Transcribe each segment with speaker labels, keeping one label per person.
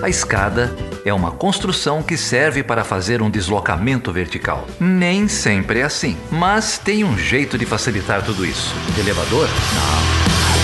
Speaker 1: A escada é uma construção que serve para fazer um deslocamento vertical. Nem sempre é assim, mas tem um jeito de facilitar tudo isso. Elevador? Não.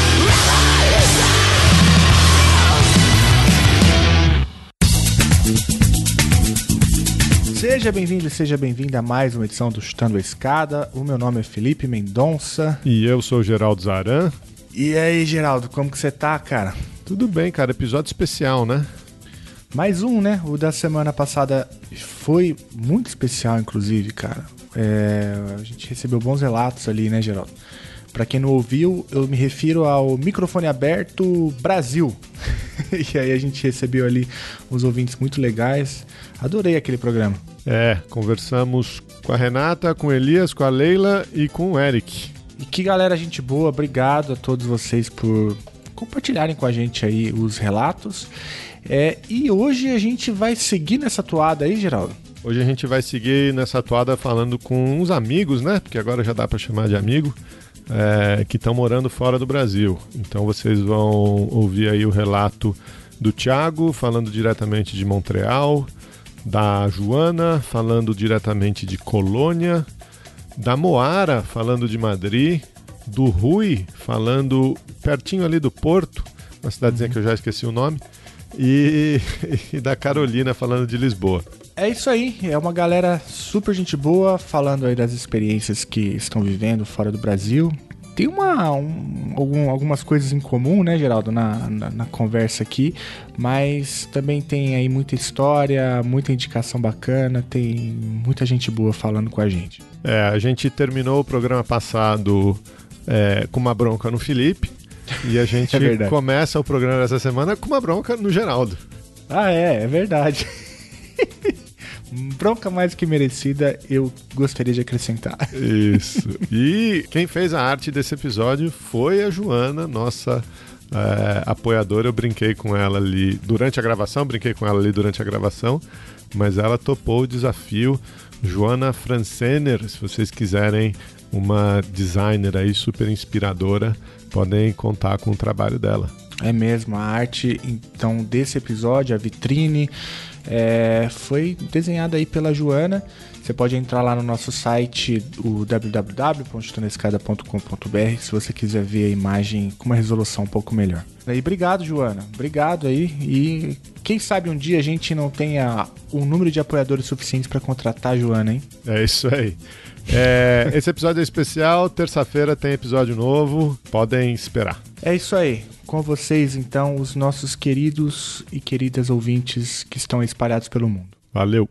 Speaker 2: Seja bem-vindo e seja bem-vinda a mais uma edição do Chutando a Escada. O meu nome é Felipe Mendonça.
Speaker 3: E eu sou o Geraldo Zaran.
Speaker 2: E aí, Geraldo, como que você tá, cara?
Speaker 3: Tudo bem, cara. Episódio especial, né?
Speaker 2: Mais um, né? O da semana passada foi muito especial, inclusive, cara. A gente recebeu bons relatos ali, né, Geraldo? Pra quem não ouviu, eu me refiro ao Microfone Aberto Brasil. E aí a gente recebeu ali uns ouvintes muito legais. Adorei aquele programa.
Speaker 3: Conversamos com a Renata, com o Elias, com a Leila e com o Eric.
Speaker 2: E que galera, gente boa. Obrigado a todos vocês por compartilharem com a gente aí os relatos. E hoje a gente vai seguir nessa toada aí, Geraldo?
Speaker 3: Hoje a gente vai seguir nessa toada falando com uns amigos, né? Porque agora já dá pra chamar de amigo. Que estão morando fora do Brasil. Então vocês vão ouvir aí o relato do Thiago, falando diretamente de Montreal, da Joana, falando diretamente de Colônia, da Moara, falando de Madrid, do Rui, falando pertinho ali do Porto, uma cidadezinha que eu já esqueci o nome, e da Carolina, falando de Lisboa.
Speaker 2: É isso aí, é uma galera super gente boa, falando aí das experiências que estão vivendo fora do Brasil. Tem algumas coisas em comum, né, Geraldo, na conversa aqui, mas também tem aí muita história, muita indicação bacana, tem muita gente boa falando com a gente.
Speaker 3: A gente terminou o programa passado com uma bronca no Felipe, e a gente começa o programa dessa semana com uma bronca no Geraldo.
Speaker 2: É verdade. Bronca mais que merecida, eu gostaria de acrescentar.
Speaker 3: Isso. E quem fez a arte desse episódio foi a Joana, nossa apoiadora. Eu brinquei com ela ali durante a gravação, mas ela topou o desafio. Joana Francener, se vocês quiserem uma designer aí super inspiradora, podem contar com o trabalho dela.
Speaker 2: É mesmo, a arte então desse episódio, a vitrine, foi desenhada aí pela Joana. Você pode entrar lá no nosso site, o www.chutandoaescada.com.br, se você quiser ver a imagem com uma resolução um pouco melhor. E obrigado, Joana. Obrigado aí. E quem sabe um dia a gente não tenha um número de apoiadores suficientes para contratar a Joana, hein?
Speaker 3: É isso aí. Esse episódio é especial, terça-feira tem episódio novo, podem esperar.
Speaker 2: É isso aí. Com vocês, então, os nossos queridos e queridas ouvintes que estão espalhados pelo mundo.
Speaker 3: Valeu!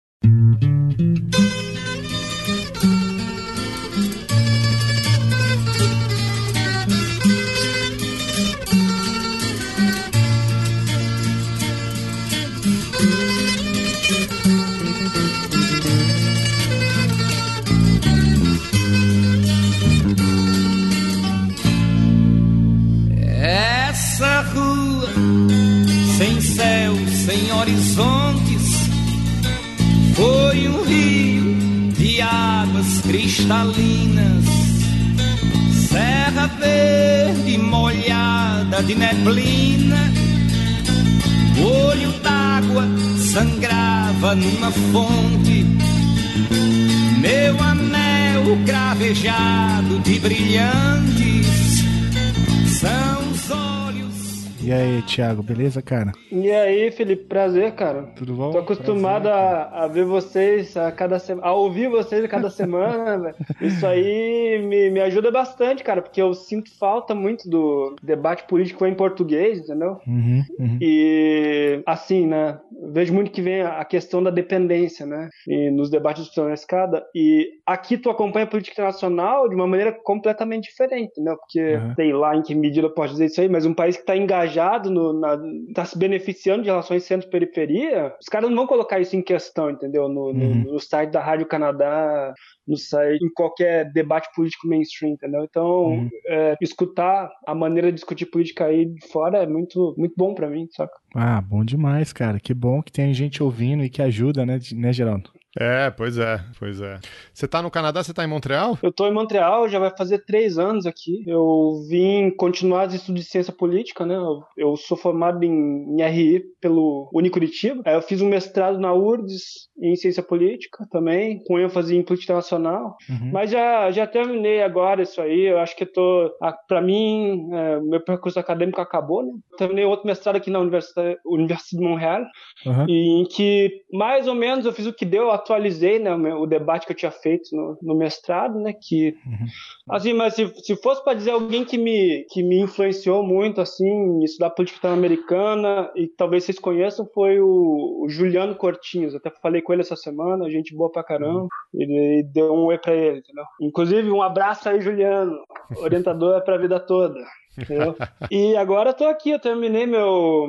Speaker 4: Essa rua, sem céu, sem horizontes, foi um rio de águas cristalinas, serra verde molhada de neblina, olho d'água sangrava numa fonte, meu anel cravejado de brilhantes são os olhos.
Speaker 2: E aí, Thiago, beleza, cara?
Speaker 5: E aí, Felipe, prazer, cara.
Speaker 2: Tudo bom?
Speaker 5: Tô acostumado a ver vocês a ouvir vocês a cada semana, velho. Isso aí me ajuda bastante, cara, porque eu sinto falta muito do debate político em português, entendeu?
Speaker 2: Uhum.
Speaker 5: E, assim, né, vejo muito que vem a questão da dependência, né, e nos debates do Chutando a Escada, e aqui tu acompanha a política internacional de uma maneira completamente diferente, né, porque sei lá em que medida eu posso dizer isso aí, mas um país que tá engajado, tá se beneficiando de relações centro-periferia, os caras não vão colocar isso em questão, entendeu? No site da Rádio Canadá, no site, em qualquer debate político mainstream, entendeu? Então, escutar a maneira de discutir política aí de fora é muito, muito bom pra mim, saca?
Speaker 2: Ah, bom demais, cara. Que bom que tem gente ouvindo e que ajuda, né Geraldo?
Speaker 3: Pois é, pois é. Você tá no Canadá, você tá em Montreal?
Speaker 5: Eu tô em Montreal, já vai fazer 3 anos aqui. Eu vim continuar os estudos de ciência política, né? Eu sou formado em RI pelo Unicuritiba. Aí eu fiz um mestrado na URGS em ciência política também, com ênfase em política internacional. Mas já terminei agora isso aí. Eu acho que pra mim, meu percurso acadêmico acabou, né? Terminei outro mestrado aqui na Universidade de Montreal, em que mais ou menos eu fiz o que deu, eu atualizei, né, o debate que eu tinha feito no mestrado, né, que assim, mas se fosse para dizer alguém que me influenciou muito assim em estudar política americana, e talvez vocês conheçam, foi o Juliano Cortinhos. Até falei com ele essa semana, gente boa pra caramba. Ele deu um oi pra ele, entendeu? Inclusive, um abraço aí, Juliano, orientador pra vida toda. Entendeu? E agora eu tô aqui, eu terminei meu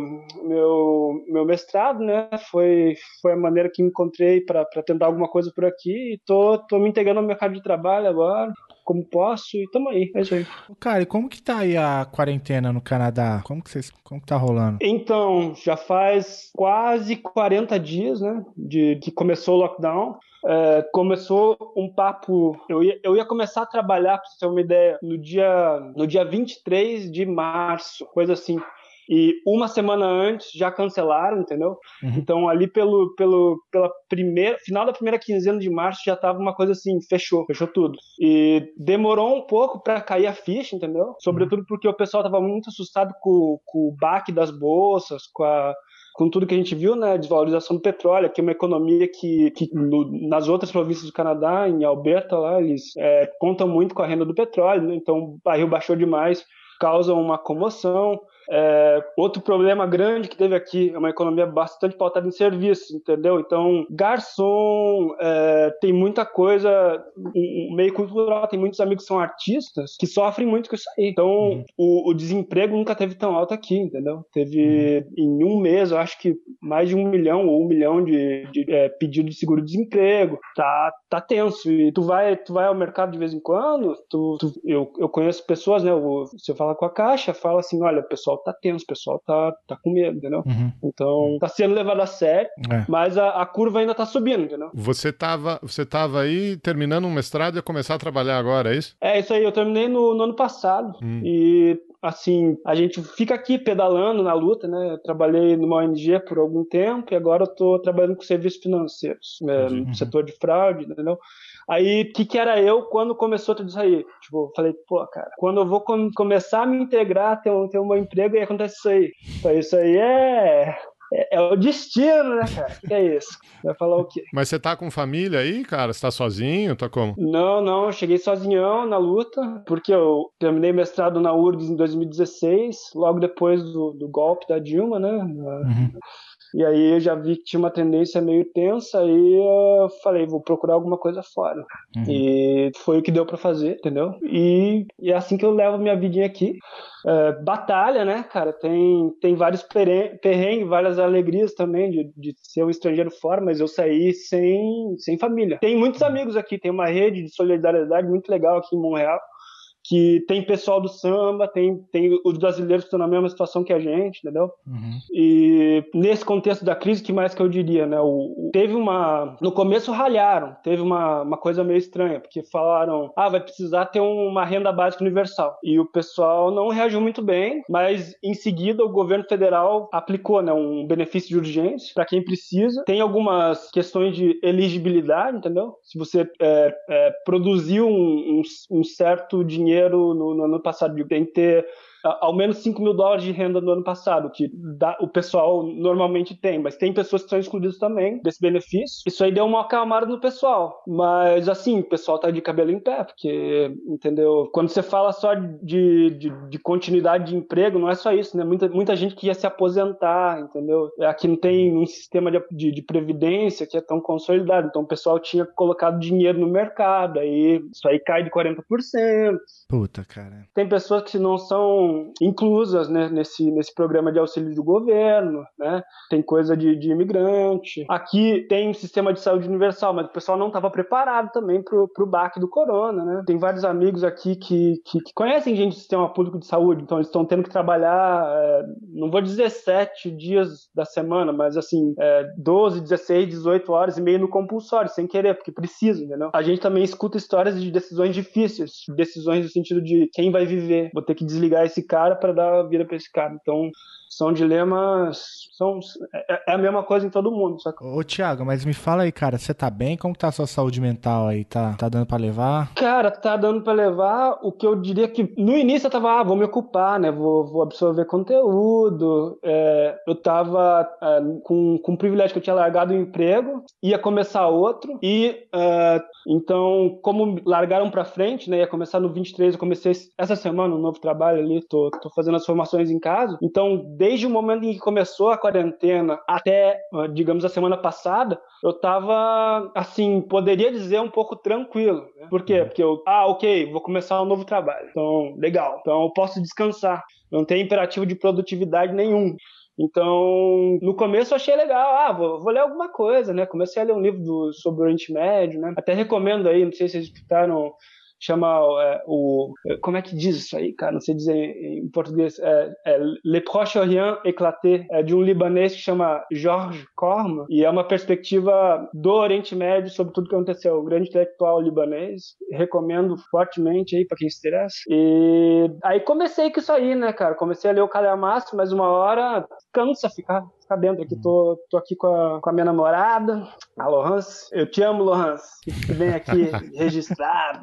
Speaker 5: mestrado, né? Foi a maneira que encontrei para tentar alguma coisa por aqui, e tô me integrando no mercado de trabalho agora, como posso, e tamo aí, é isso aí.
Speaker 2: Cara, e como que tá aí a quarentena no Canadá? Como que tá rolando?
Speaker 5: Então, já faz quase 40 dias, né, de que começou o lockdown. Começou um papo. Eu ia começar a trabalhar, pra você ter uma ideia, no dia 23 de março, coisa assim. E uma semana antes já cancelaram, entendeu? Então, ali pela final da primeira quinzena de março já tava uma coisa assim, fechou tudo. E demorou um pouco para cair a ficha, entendeu? Sobretudo porque o pessoal tava muito assustado com o baque das bolsas, com tudo que a gente viu, né, a desvalorização do petróleo, que é uma economia que nas outras províncias do Canadá, em Alberta, lá, eles contam muito com a renda do petróleo, né? Então o barril baixou demais, causa uma comoção. Outro problema grande que teve aqui é uma economia bastante pautada em serviços, entendeu? Então, garçom, tem muita coisa, um meio cultural, tem muitos amigos que são artistas que sofrem muito com isso aí. Então, o desemprego nunca teve tão alto aqui, entendeu? Teve, em um mês, eu acho que mais de 1 milhão ou 1 milhão de pedido de seguro-desemprego. Tá tenso. E tu vai ao mercado de vez em quando, eu conheço pessoas, né? Você fala com a Caixa, fala assim, olha, o pessoal tá tenso, o pessoal tá com medo, entendeu? Então, tá sendo levado a sério, mas a curva ainda tá subindo, entendeu?
Speaker 3: Você tava aí terminando um mestrado e ia começar a trabalhar agora, é isso?
Speaker 5: É isso aí, eu terminei no ano passado. E, assim, a gente fica aqui pedalando na luta, né? Eu trabalhei numa ONG por algum tempo e agora eu tô trabalhando com serviços financeiros, no setor de fraude, entendeu? Aí, o que era eu quando começou tudo isso aí? Tipo, eu falei, pô, cara, quando eu vou começar a me integrar, ter um meu emprego, e acontece isso aí. Isso aí é o destino, né, cara? Que é isso? Vai falar o quê?
Speaker 3: Mas você tá com família aí, cara? Você tá sozinho? Tá como?
Speaker 5: Não, eu cheguei sozinhão na luta, porque eu terminei mestrado na URGS em 2016, logo depois do golpe da Dilma, né? E aí eu já vi que tinha uma tendência meio tensa, aí eu falei, vou procurar alguma coisa fora. E foi o que deu pra fazer, entendeu? E é assim que eu levo minha vidinha aqui. Batalha, né, cara? Tem vários perrengues, várias alegrias também de ser um estrangeiro fora, mas eu saí sem família. Tem muitos amigos aqui, tem uma rede de solidariedade muito legal aqui em Montreal, que tem pessoal do samba, tem os brasileiros que estão na mesma situação que a gente, entendeu? E nesse contexto da crise, que mais que eu diria, né? No começo ralharam, teve uma coisa meio estranha, porque falaram, vai precisar ter uma renda básica universal. E o pessoal não reagiu muito bem, mas em seguida o governo federal aplicou, né, um benefício de urgência para quem precisa. Tem algumas questões de elegibilidade, entendeu? Se você produziu um certo dinheiro no ano passado, tem que ter ao menos $5.000 de renda no ano passado, que o pessoal normalmente tem, mas tem pessoas que estão excluídas também desse benefício. Isso aí deu uma acalmada no pessoal, mas assim, o pessoal tá de cabelo em pé, porque, entendeu? Quando você fala só de continuidade de emprego, não é só isso, né? Muita gente que ia se aposentar, entendeu? Aqui não tem um sistema de previdência que é tão consolidado, então o pessoal tinha colocado dinheiro no mercado, aí isso aí cai de 40%.
Speaker 2: Puta, cara.
Speaker 5: Tem pessoas que não são estão inclusas, né, nesse programa de auxílio do governo, né? Tem coisa de imigrante. Aqui tem um sistema de saúde universal, mas o pessoal não estava preparado também pro baque do corona, né? Tem vários amigos aqui que conhecem gente do sistema público de saúde, então eles estão tendo que trabalhar, não vou dizer 7 dias da semana, mas assim, 12, 16, 18 horas e meio no compulsório, sem querer, porque precisa, entendeu? A gente também escuta histórias de decisões difíceis, decisões no sentido de quem vai viver, vou ter que desligar esse cara para dar a vida para esse cara. Então, são dilemas, é a mesma coisa em todo mundo. Saca?
Speaker 2: Ô, Thiago, mas me fala aí, cara, você tá bem? Como que tá a sua saúde mental aí? Tá dando pra levar?
Speaker 5: Cara, tá dando pra levar. O que eu diria que no início eu tava, vou me ocupar, né? Vou absorver conteúdo. Eu tava com o privilégio que eu tinha largado o emprego, ia começar outro e então, como largaram pra frente, né? Ia começar no 23, eu comecei essa semana um novo trabalho ali, tô fazendo as formações em casa. Então, desde o momento em que começou a quarentena até, digamos, a semana passada, eu tava, assim, poderia dizer um pouco tranquilo. Né? Por quê? Porque ok, vou começar um novo trabalho. Então, legal. Então, eu posso descansar. Não tem imperativo de produtividade nenhum. Então, no começo eu achei legal, vou ler alguma coisa, né? Comecei a ler um livro sobre o Oriente Médio, né? Até recomendo aí, não sei se vocês escutaram, chama como é que diz isso aí, cara? Não sei dizer em português. Le Proche-Orient éclaté, de um libanês que chama Georges Corme, e é uma perspectiva do Oriente Médio sobre tudo que aconteceu. Um grande intelectual libanês. Recomendo fortemente aí pra quem se interessa. E aí comecei com isso aí, né, cara? Comecei a ler o calhamaço, mas uma hora cansa ficar dentro aqui. Tô aqui com a minha namorada, a Lohance. Eu te amo, Lohance. Que vem aqui registrado.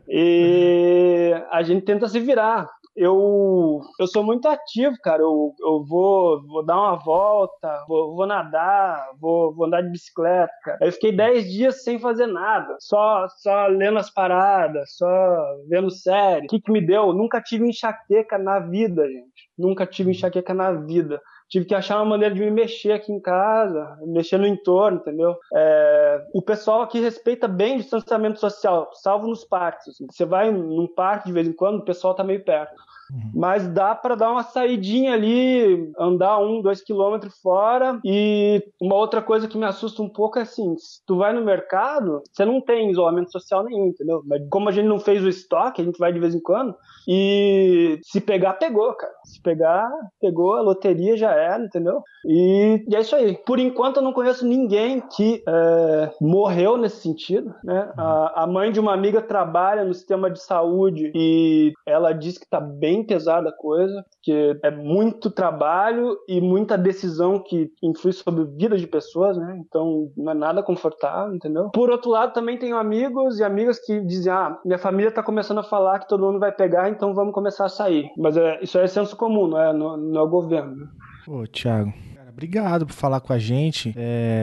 Speaker 5: E a gente tenta se virar. Eu sou muito ativo, cara. Eu vou dar uma volta, vou nadar, vou andar de bicicleta, cara. Eu fiquei 10 dias sem fazer nada, só lendo as paradas, só vendo série. O que me deu? Nunca tive enxaqueca na vida, gente. Nunca tive enxaqueca na vida. Tive que achar uma maneira de me mexer aqui em casa, mexer no entorno, entendeu? O pessoal aqui respeita bem o distanciamento social, salvo nos parques. Assim. Você vai num parque de vez em quando, o pessoal tá meio perto. Mas dá para dar uma saidinha ali, andar 1-2 quilômetros fora. E uma outra coisa que me assusta um pouco é assim, se tu vai no mercado, você não tem isolamento social nenhum, entendeu? Mas como a gente não fez o estoque, a gente vai de vez em quando, e se pegar, pegou, cara. Se pegar, pegou, a loteria já era, entendeu? E é isso aí. Por enquanto eu não conheço ninguém que morreu nesse sentido, né? A mãe de uma amiga trabalha no sistema de saúde e ela diz que tá bem pesada a coisa, porque é muito trabalho e muita decisão que influi sobre a vida de pessoas, né? Então não é nada confortável, entendeu? Por outro lado, também tenho amigos e amigas que dizem, minha família tá começando a falar que todo mundo vai pegar, então vamos começar a sair. Mas isso é senso comum, não é o governo.
Speaker 2: Ô, Thiago, obrigado por falar com a gente.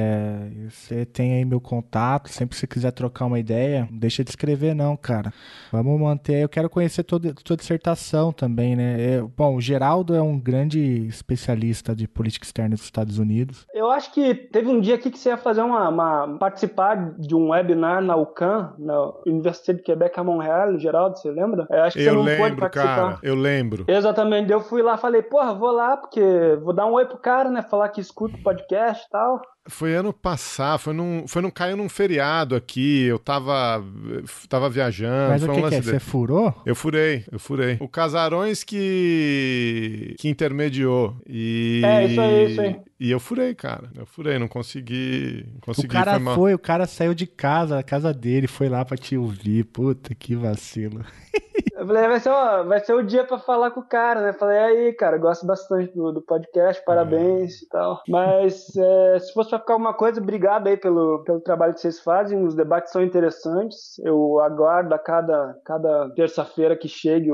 Speaker 2: Você tem aí meu contato. Sempre que você quiser trocar uma ideia, não deixa de escrever não, cara. Vamos manter. Eu quero conhecer toda a dissertação também, né? Bom, o Geraldo é um grande especialista de política externa dos Estados Unidos.
Speaker 5: Eu acho que teve um dia aqui que você ia fazer participar de um webinar na UQAM, na Universidade de Quebec a Montreal, Geraldo, você lembra? Acho que você não pôde participar.
Speaker 3: Cara, eu lembro.
Speaker 5: Exatamente. Eu fui lá, falei, vou lá porque vou dar um oi pro cara, né? Falar que escuta o podcast e tal.
Speaker 3: Foi ano passado, caiu num feriado aqui, eu tava viajando.
Speaker 2: Mas o que é? Você furou?
Speaker 3: Eu furei. O Casarões que intermediou.
Speaker 5: Isso aí.
Speaker 3: E eu furei, cara. Não consegui.
Speaker 2: O cara saiu de casa, da casa dele, foi lá pra te ouvir. Puta, que vacilo.
Speaker 5: Eu falei, vai ser o dia pra falar com o cara, né? Falei, aí, cara, gosto bastante do podcast, parabéns e tal. Mas se fosse pra ficar alguma coisa, obrigado aí pelo trabalho que vocês fazem. Os debates são interessantes. Eu aguardo a cada terça-feira que chegue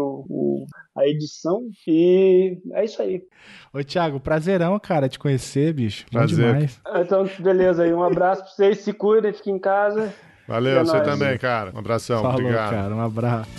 Speaker 5: a edição. E é isso aí.
Speaker 2: Ô, Thiago, prazerão, cara, te conhecer, bicho.
Speaker 3: Prazer.
Speaker 2: Bom demais.
Speaker 5: Então, beleza aí. Um abraço pra vocês, se cuidem, fiquem em casa.
Speaker 3: Valeu, você também, cara. Um abração,
Speaker 2: Falou,
Speaker 3: obrigado.
Speaker 2: Cara, um abraço.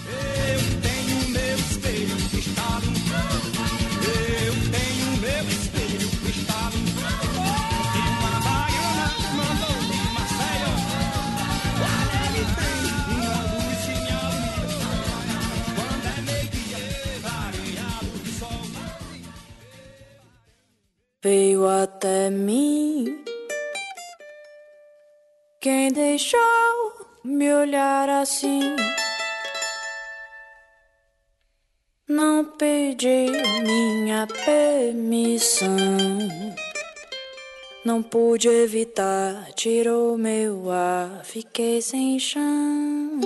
Speaker 6: veio até mim. Quem deixou me olhar assim? Não pedi minha permissão. Não pude evitar, tirou meu ar, fiquei sem chão.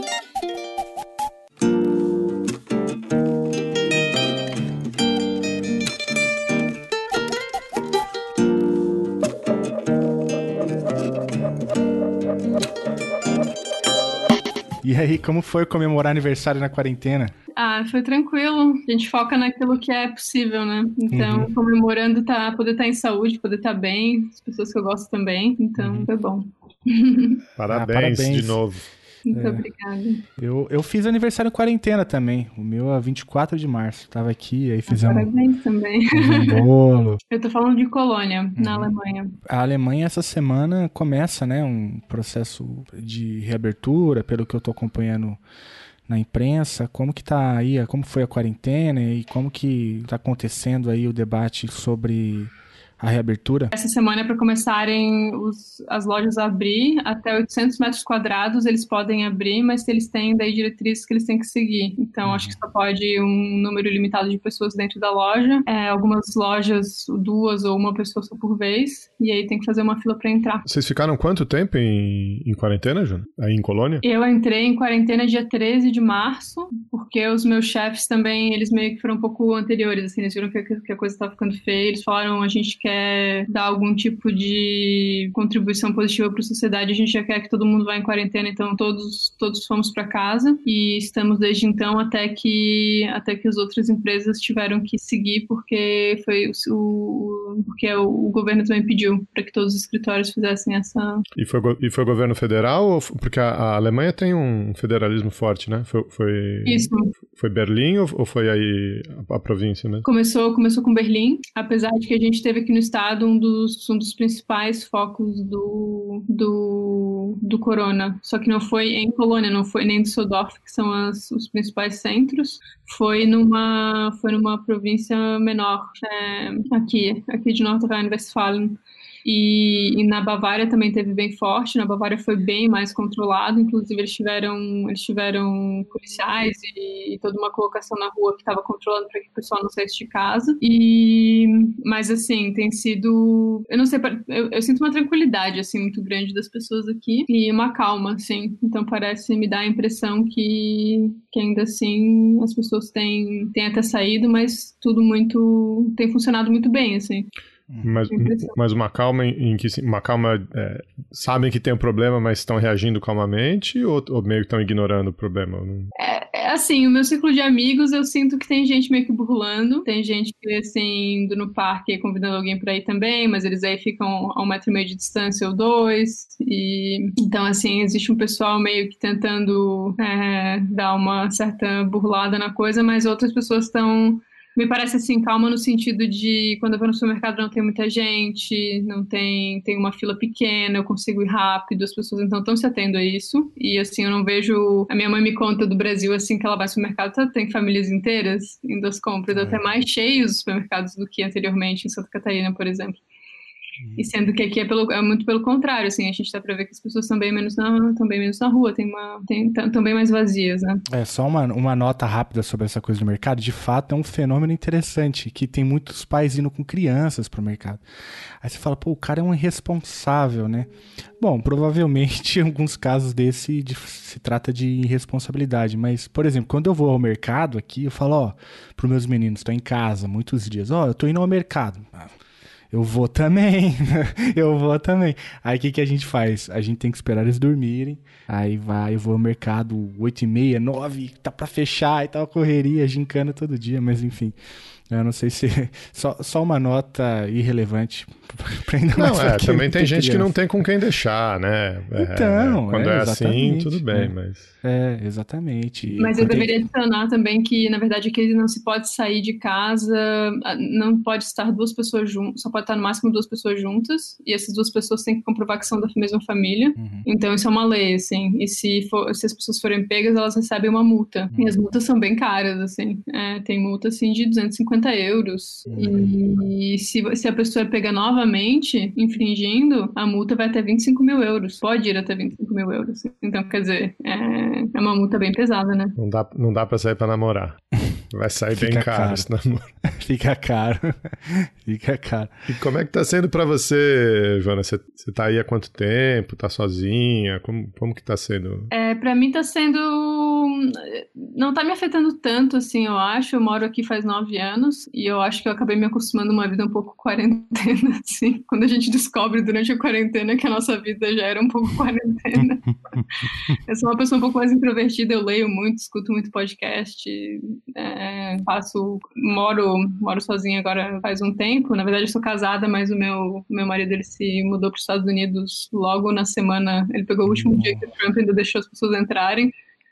Speaker 2: E aí, como foi comemorar aniversário na quarentena?
Speaker 7: Ah, foi tranquilo. A gente foca naquilo que é possível, né? Então, comemorando poder estar em saúde, poder estar bem, as pessoas que eu gosto também. Então, foi bom.
Speaker 3: Parabéns de novo.
Speaker 7: Muito obrigada.
Speaker 2: Eu fiz aniversário em quarentena também. O meu é 24 de março. Tava aqui, aí fizemos
Speaker 7: Parabéns também.
Speaker 2: um bolo.
Speaker 7: Eu tô falando de Colônia, na Alemanha.
Speaker 2: A Alemanha, essa semana, começa, né, um processo de reabertura, pelo que eu tô acompanhando na imprensa. Como que tá aí, como foi a quarentena e como que tá acontecendo aí o debate sobre a reabertura?
Speaker 7: Essa semana é para começarem as lojas a abrir, até 800 metros quadrados eles podem abrir, mas eles têm daí diretrizes que eles têm que seguir. Então, acho que só pode um número limitado de pessoas dentro da loja. Algumas lojas, 2 ou 1 pessoa só por vez, e aí tem que fazer uma fila para entrar.
Speaker 3: Vocês ficaram quanto tempo em quarentena, Júnior? Aí em Colônia?
Speaker 7: Eu entrei em quarentena dia 13 de março, porque os meus chefes também, eles meio que foram um pouco anteriores, assim, eles viram que a coisa estava ficando feia, eles falaram, a gente quer dar algum tipo de contribuição positiva para a sociedade, a gente já quer que todo mundo vá em quarentena, então todos fomos para casa e estamos desde então até que as outras empresas tiveram que seguir, porque o governo também pediu para que todos os escritórios fizessem essa...
Speaker 3: E foi governo federal? Porque a Alemanha tem um federalismo forte, né?
Speaker 7: Isso.
Speaker 3: Foi Berlim ou foi aí a província mesmo?
Speaker 7: Começou com Berlim, apesar de que a gente teve aqui no estado um dos principais focos do corona, só que não foi em Colônia, não foi nem em Düsseldorf, que são os principais centros, foi numa província menor, aqui de Nordrhein-Westfalen. E na Bavária também teve bem forte, na Bavária foi bem mais controlado, inclusive eles tiveram policiais e toda uma colocação na rua que estava controlando para que o pessoal não saísse de casa. Mas assim, tem sido, eu não sei, eu sinto uma tranquilidade assim muito grande das pessoas aqui e uma calma, assim. Então me dá a impressão que ainda assim as pessoas têm até saído, mas tudo tem funcionado muito bem, assim.
Speaker 3: Mas uma calma em que sabem que tem um problema, mas estão reagindo calmamente ou meio que estão ignorando o problema?
Speaker 7: Assim, o meu círculo de amigos, eu sinto que tem gente meio que burlando, tem gente que, assim, indo no parque convidando alguém pra ir também, mas eles aí ficam a 1,5 metro de distância ou 2, então, assim, existe um pessoal meio que tentando dar uma certa burlada na coisa, mas outras pessoas estão... Me parece assim, calma no sentido de quando eu vou no supermercado não tem muita gente, não tem uma fila pequena, eu consigo ir rápido, as pessoas então estão se atendo a isso. E assim, eu não vejo... A minha mãe me conta do Brasil, assim, que ela vai ao supermercado, tem famílias inteiras indo às compras, até mais cheios os supermercados do que anteriormente em Santa Catarina, por exemplo. E sendo que aqui é muito pelo contrário, assim, a gente dá pra ver que as pessoas estão bem menos na rua, estão bem mais vazias, né?
Speaker 2: Só uma nota rápida sobre essa coisa do mercado. De fato, é um fenômeno interessante, que tem muitos pais indo com crianças pro mercado. Aí você fala, o cara é um irresponsável, né? Bom, provavelmente em alguns casos desse se trata de irresponsabilidade, mas, por exemplo, quando eu vou ao mercado aqui, eu falo, pros meus meninos, tô em casa muitos dias, eu tô indo ao mercado. Eu vou também. Aí o que a gente faz? A gente tem que esperar eles dormirem. Aí eu vou ao mercado 8h30, 9h, tá pra fechar e tal, correria, gincana todo dia, mas enfim. Eu não sei se... Só uma nota irrelevante pra ainda mais
Speaker 3: também tem gente que não tem com quem deixar, né?
Speaker 2: Então,
Speaker 3: quando é assim, tudo bem, mas...
Speaker 2: exatamente.
Speaker 7: Mas eu deveria adicionar também que, na verdade, aqui não se pode sair de casa, não pode estar 2 pessoas juntas, só pode estar no máximo 2 pessoas juntas, e essas 2 pessoas têm que comprovar que são da mesma família. Então, isso é uma lei, assim, e se as pessoas forem pegas, elas recebem uma multa. E as multas são bem caras, assim. Tem multa, assim, de 250 €50. E se a pessoa pega novamente infringindo, a multa vai até €25.000. Pode ir até €25.000. Então, quer dizer, é uma multa bem pesada, né?
Speaker 3: Não dá pra sair pra namorar. Vai sair bem caro esse namoro.
Speaker 2: Fica caro. Fica caro.
Speaker 3: E como é que tá sendo pra você, Joana? Você tá aí há quanto tempo? Tá sozinha? Como que tá sendo?
Speaker 7: Pra mim tá sendo... Não tá me afetando tanto, assim, eu acho. Eu moro aqui faz 9 anos e eu acho que eu acabei me acostumando a uma vida um pouco quarentena, assim. Quando a gente descobre durante a quarentena que a nossa vida já era um pouco quarentena. Eu sou uma pessoa um pouco mais introvertida, eu leio muito, escuto muito podcast, moro sozinha agora faz um tempo. Na verdade, eu sou casada, mas o meu marido, ele se mudou para os Estados Unidos logo na semana. Ele pegou o último dia que o Trump ainda deixou as pessoas entrarem.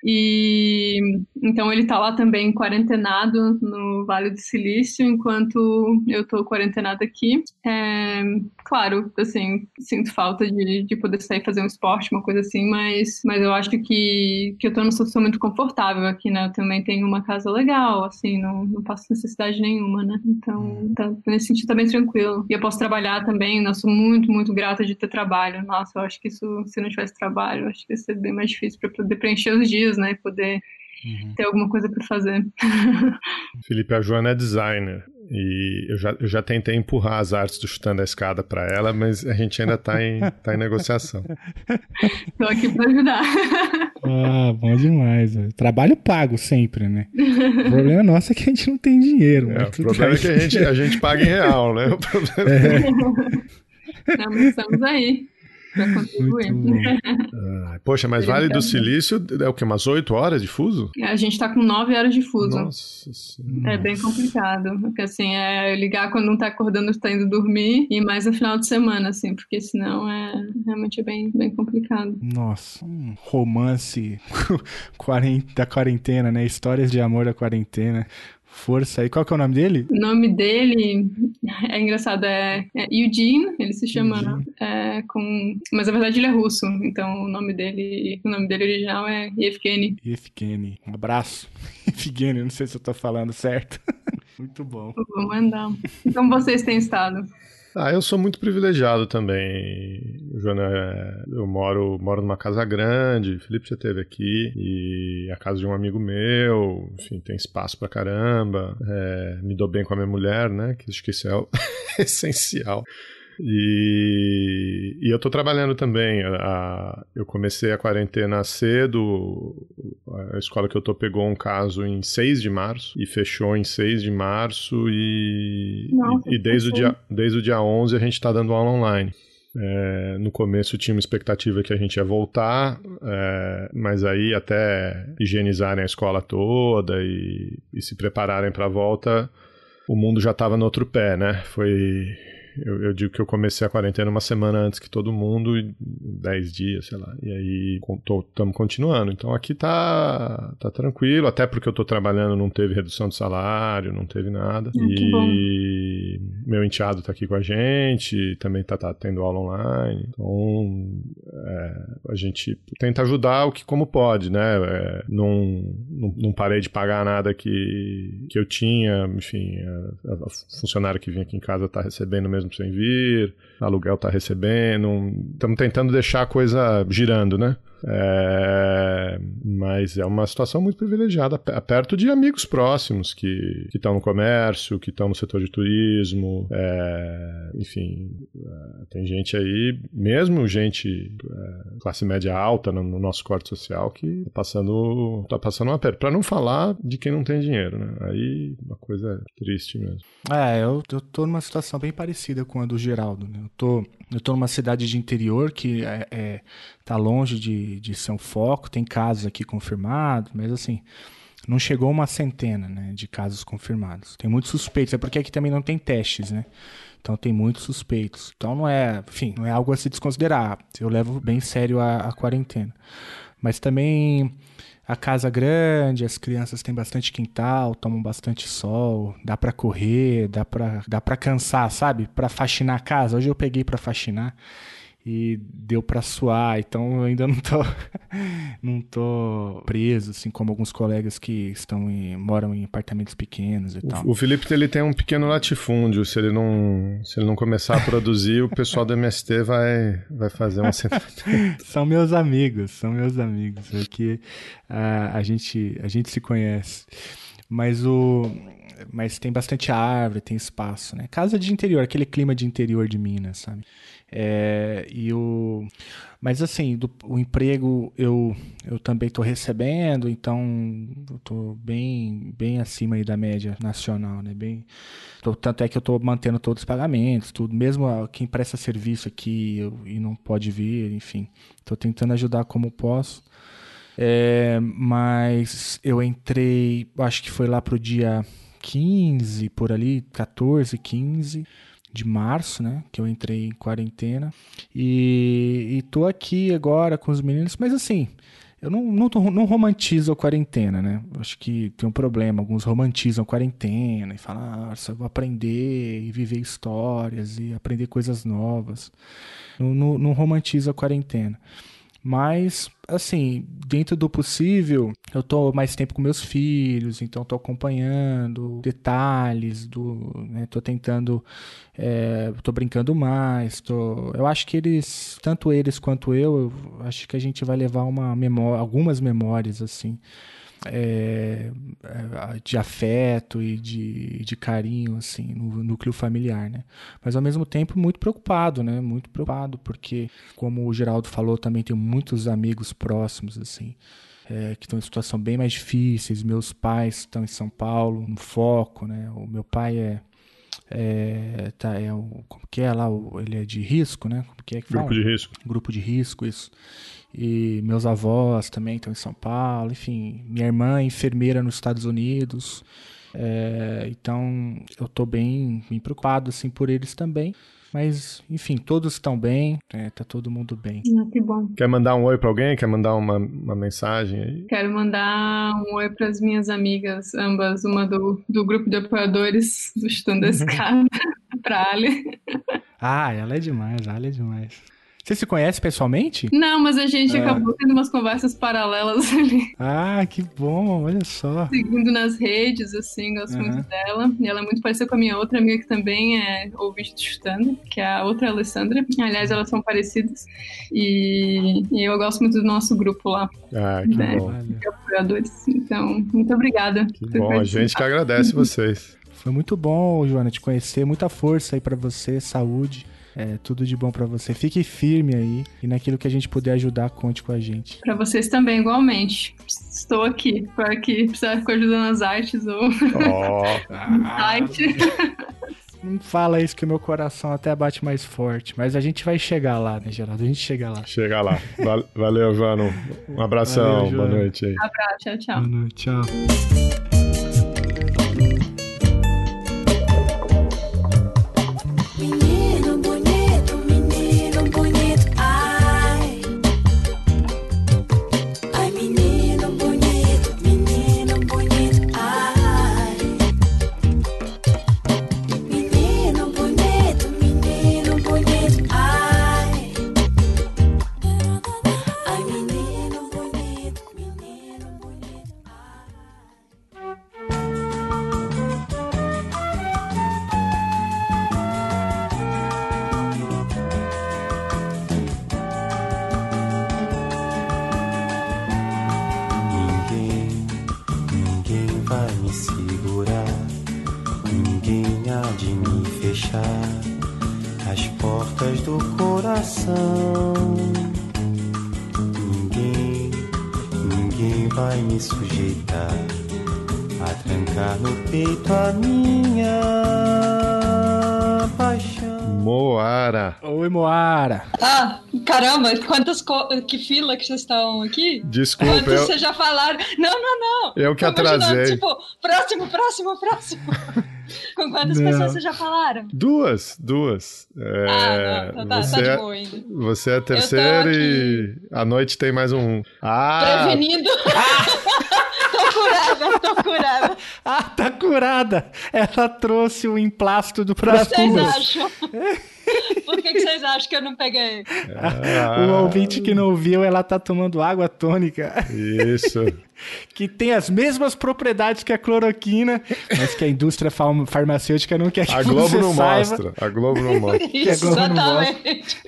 Speaker 7: E então ele tá lá também quarentenado no Vale do Silício, enquanto eu tô quarentenada aqui. Claro, assim, sinto falta de poder sair fazer um esporte, uma coisa assim, mas eu acho que eu tô numa situação muito confortável aqui, né? Eu também tenho uma casa legal, assim, não passo necessidade nenhuma, né? Então, nesse sentido tá bem tranquilo. E eu posso trabalhar também, eu sou muito, muito grata de ter trabalho. Nossa, eu acho que isso, se não tivesse trabalho, eu acho que ia ser bem mais difícil para poder preencher os dias, né? Poder ter alguma coisa para fazer.
Speaker 3: Felipe, a Joana é designer e eu já tentei empurrar as artes do Chutando a Escada para ela, mas a gente ainda tá em negociação.
Speaker 7: Tô aqui para ajudar.
Speaker 2: Ah, bom demais. Trabalho pago sempre, né? O problema nosso é que a gente não tem dinheiro.
Speaker 3: O problema é que a gente paga em real, né? O problema
Speaker 7: Não, mas estamos aí. Pra contribuir.
Speaker 3: Poxa, mas Vale do Silício é o quê? Umas 8 horas de fuso?
Speaker 7: A gente tá com 9 horas de fuso.
Speaker 3: Nossa.
Speaker 7: É bem complicado. Porque assim, ligar quando não tá acordando, tá indo dormir, e mais no final de semana, assim, porque senão realmente é bem, bem complicado.
Speaker 2: Nossa, um romance da quarentena, né? Histórias de amor da quarentena. Força aí. Qual que é o nome dele?
Speaker 7: O nome dele é engraçado, é Eugene, ele se chama mas na verdade ele é russo, então o nome dele original é Yevgeny.
Speaker 2: Yevgeny, um abraço. Yevgeny, não sei se eu tô falando certo. Muito bom.
Speaker 7: Vou mandar. Então vocês têm estado?
Speaker 3: Eu sou muito privilegiado também, Joana. Eu moro numa casa grande, o Felipe já esteve aqui, e a casa de um amigo meu, enfim, tem espaço pra caramba, me dou bem com a minha mulher, né, que acho que isso é essencial. E eu tô trabalhando também. Eu comecei a quarentena cedo. A escola que eu tô pegou um caso em 6 de março e fechou em 6 de março e desde o dia 11 a gente tá dando aula online. No começo tinha uma expectativa que a gente ia voltar, mas aí até higienizarem a escola toda e se prepararem para a volta, o mundo já estava no outro pé, né? Eu digo que eu comecei a quarentena uma semana antes que todo mundo, 10 dias, sei lá. E aí estamos continuando. Então aqui tá tranquilo, até porque eu tô trabalhando, não teve redução de salário, não teve nada. E meu enteado tá aqui com a gente, também tá tendo aula online. Então a gente tenta ajudar como pode, né? Não parei de pagar nada que eu tinha, enfim, a funcionária que vinha aqui em casa tá recebendo mesmo sem vir, aluguel tá recebendo, estamos tentando deixar a coisa girando, né? Mas é uma situação muito privilegiada, perto de amigos próximos que estão no comércio, que estão no setor de turismo, enfim, tem gente aí, mesmo gente classe média alta no nosso corte social, que tá passando um aperto, para não falar de quem não tem dinheiro, né? Aí uma coisa triste mesmo.
Speaker 2: Eu tô numa situação bem parecida com a do Geraldo, né? Eu tô numa cidade de interior que tá longe de ser um foco, tem casos aqui confirmados, mas assim, não chegou uma centena, né, de casos confirmados. Tem muitos suspeitos, porque aqui também não tem testes, né? Então tem muitos suspeitos. Então não é algo a se desconsiderar. Eu levo bem sério a quarentena. Mas também a casa grande, as crianças têm bastante quintal, tomam bastante sol, dá pra correr, dá pra cansar, sabe? Pra faxinar a casa. Hoje eu peguei pra faxinar e deu pra suar, então eu ainda não tô preso, assim, como alguns colegas que moram em apartamentos pequenos e tal.
Speaker 3: O Felipe, ele tem um pequeno latifúndio, se ele não começar a produzir, o pessoal do MST vai fazer um assentamento.
Speaker 2: São meus amigos, porque a gente se conhece. Mas tem bastante árvore, tem espaço, né? Casa de interior, aquele clima de interior de Minas, sabe? Mas assim, o emprego eu também estou recebendo, então eu estou bem acima aí da média nacional, né? Tanto é que eu estou mantendo todos os pagamentos, tudo, mesmo quem presta serviço aqui e não pode vir, enfim. Estou tentando ajudar como posso. Mas eu entrei, acho que foi lá pro dia 15, por ali, 14, 15 de março, né, que eu entrei em quarentena, e tô aqui agora com os meninos, mas assim, eu não romantizo a quarentena, né, acho que tem um problema, alguns romantizam a quarentena e falam, nossa, eu vou aprender e viver histórias e aprender coisas novas, não romantizo a quarentena. Mas, assim, dentro do possível, eu tô mais tempo com meus filhos, então tô acompanhando detalhes, né, tô tentando, tô brincando mais, eu acho que tanto eles quanto eu acho que a gente vai levar algumas memórias, assim, de afeto e de carinho, assim, no núcleo familiar, né? Mas ao mesmo tempo muito preocupado, né? Muito preocupado, porque, como o Geraldo falou, também tenho muitos amigos próximos, assim, que estão em situação bem mais difíceis. Meus pais estão em São Paulo, no foco, né? O meu pai como que é lá? Ele é de risco, né? Como que fala?
Speaker 3: Grupo de risco.
Speaker 2: Grupo de risco, isso. E meus avós também estão em São Paulo, enfim, minha irmã é enfermeira nos Estados Unidos, então eu tô bem preocupado, assim, por eles também, mas, enfim, todos estão bem, tá todo mundo bem.
Speaker 7: Que bom.
Speaker 3: Quer mandar um oi pra alguém? Quer mandar uma mensagem aí?
Speaker 7: Quero mandar um oi para as minhas amigas, ambas, uma do grupo de apoiadores do Chutando a Escada, pra Ali.
Speaker 2: Ela é demais, Você se conhece pessoalmente?
Speaker 7: Não, mas a gente acabou tendo umas conversas paralelas ali.
Speaker 2: Que bom, olha só.
Speaker 7: Seguindo nas redes, assim, gosto muito dela. E ela é muito parecida com a minha outra amiga que também é ouvinte do Chutando, que é a outra Alessandra. Aliás, elas são parecidas. E eu gosto muito do nosso grupo lá.
Speaker 3: Que bom.
Speaker 7: De apoiadores. Então, muito obrigada.
Speaker 3: Que bom, a gente que agradece vocês.
Speaker 2: Foi muito bom, Joana, te conhecer. Muita força aí pra você, saúde. Tudo de bom pra você. Fique firme aí e naquilo que a gente puder ajudar, conte com a gente.
Speaker 7: Pra vocês também, igualmente. Estou aqui. Para que precisar ficar ajudando nas artes ou no site.
Speaker 2: Não fala isso que o meu coração até bate mais forte. Mas a gente vai chegar lá, né, Geraldo? A gente chega lá.
Speaker 3: Chega lá. Valeu, Joano. Um abração.
Speaker 2: Valeu,
Speaker 3: boa noite aí.
Speaker 7: Abraço. Tchau, tchau.
Speaker 2: Boa noite, tchau.
Speaker 8: As portas do coração. Ninguém vai me sujeitar a trancar no peito a minha paixão.
Speaker 3: Moara.
Speaker 2: Oi, Moara.
Speaker 9: Caramba, que fila que vocês estão aqui?
Speaker 3: Desculpa,
Speaker 9: Quantos vocês já falaram? Não.
Speaker 3: Eu que atrasei.
Speaker 9: Tipo, próximo. Com quantas pessoas vocês já falaram?
Speaker 3: Duas.
Speaker 9: Não, então tá de boa ainda.
Speaker 3: Você é a terceira e à noite tem mais um.
Speaker 9: Prevenindo. Tô curada.
Speaker 2: Ah, tá curada. Ela trouxe o emplasto do
Speaker 9: O que vocês
Speaker 2: Praturas.
Speaker 9: acham? Por que vocês acham que eu não peguei?
Speaker 2: O ouvinte que não ouviu, ela tá tomando água tônica.
Speaker 3: Isso.
Speaker 2: Que tem as mesmas propriedades que a cloroquina, mas que a indústria farmacêutica não quer que
Speaker 3: A Globo
Speaker 2: você
Speaker 3: não
Speaker 2: saiba.
Speaker 3: mostra. A Globo não mostra.
Speaker 9: Isso,
Speaker 2: a Globo não mostra.
Speaker 9: exatamente.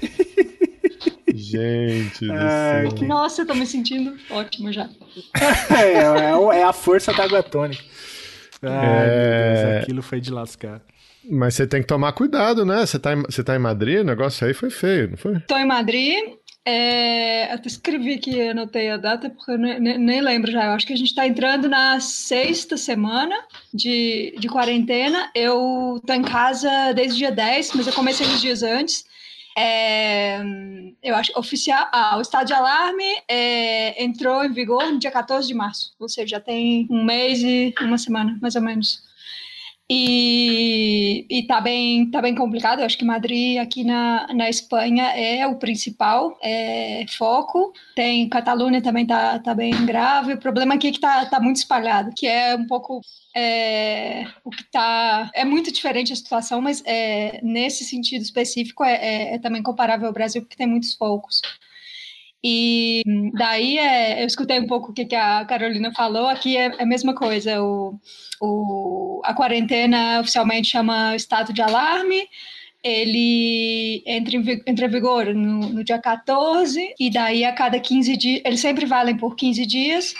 Speaker 3: Gente do
Speaker 2: Ai,
Speaker 3: céu.
Speaker 2: que-
Speaker 9: Nossa, eu tô me sentindo ótimo já.
Speaker 2: É a força da água tônica. Ai, meu Deus, aquilo foi de lascar.
Speaker 3: Mas você tem que tomar cuidado, né? Você tá em Madrid, o negócio aí foi feio, não foi?
Speaker 9: Tô em Madrid. Eu até escrevi aqui, anotei a data, porque eu nem lembro já. Eu acho que a gente tá entrando na 6ª semana de quarentena. Eu tô em casa desde o dia 10, mas eu comecei uns dias antes. Eu acho oficial. O estado de alarme entrou em vigor no dia 14 de março, ou seja, já tem um mês e uma semana, mais ou menos. E tá bem complicado. Eu acho que Madrid, aqui na Espanha, é o principal foco. Tem Catalunha também tá bem grave. O problema aqui é que tá muito espalhado, que é um pouco o que tá... É muito diferente a situação, mas nesse sentido específico é também comparável ao Brasil, porque tem muitos focos. E daí eu escutei um pouco o que a Carolina falou. Aqui é a mesma coisa. A quarentena oficialmente chama estado de alarme. Ele entra em vigor no dia 14, e daí a cada 15 dias, eles sempre valem por 15 dias,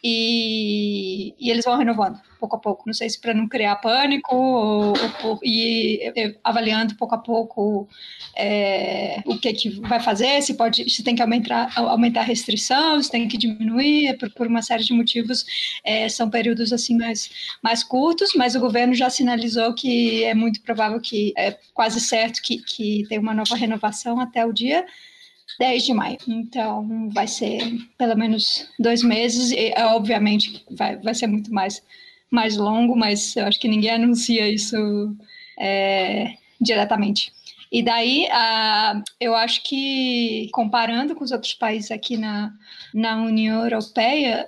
Speaker 9: e eles vão renovando pouco a pouco. Não sei se para não criar pânico ou avaliando pouco a pouco o que vai fazer, se tem que aumentar a restrição, se tem que diminuir, por uma série de motivos. São períodos assim mais curtos, mas o governo já sinalizou que é muito provável, que é quase certo que tem uma nova renovação até o dia 10 de maio. Então vai ser pelo menos 2 meses, e obviamente vai ser muito mais longo, mas eu acho que ninguém anuncia isso diretamente. E daí, eu acho que, comparando com os outros países aqui na União Europeia,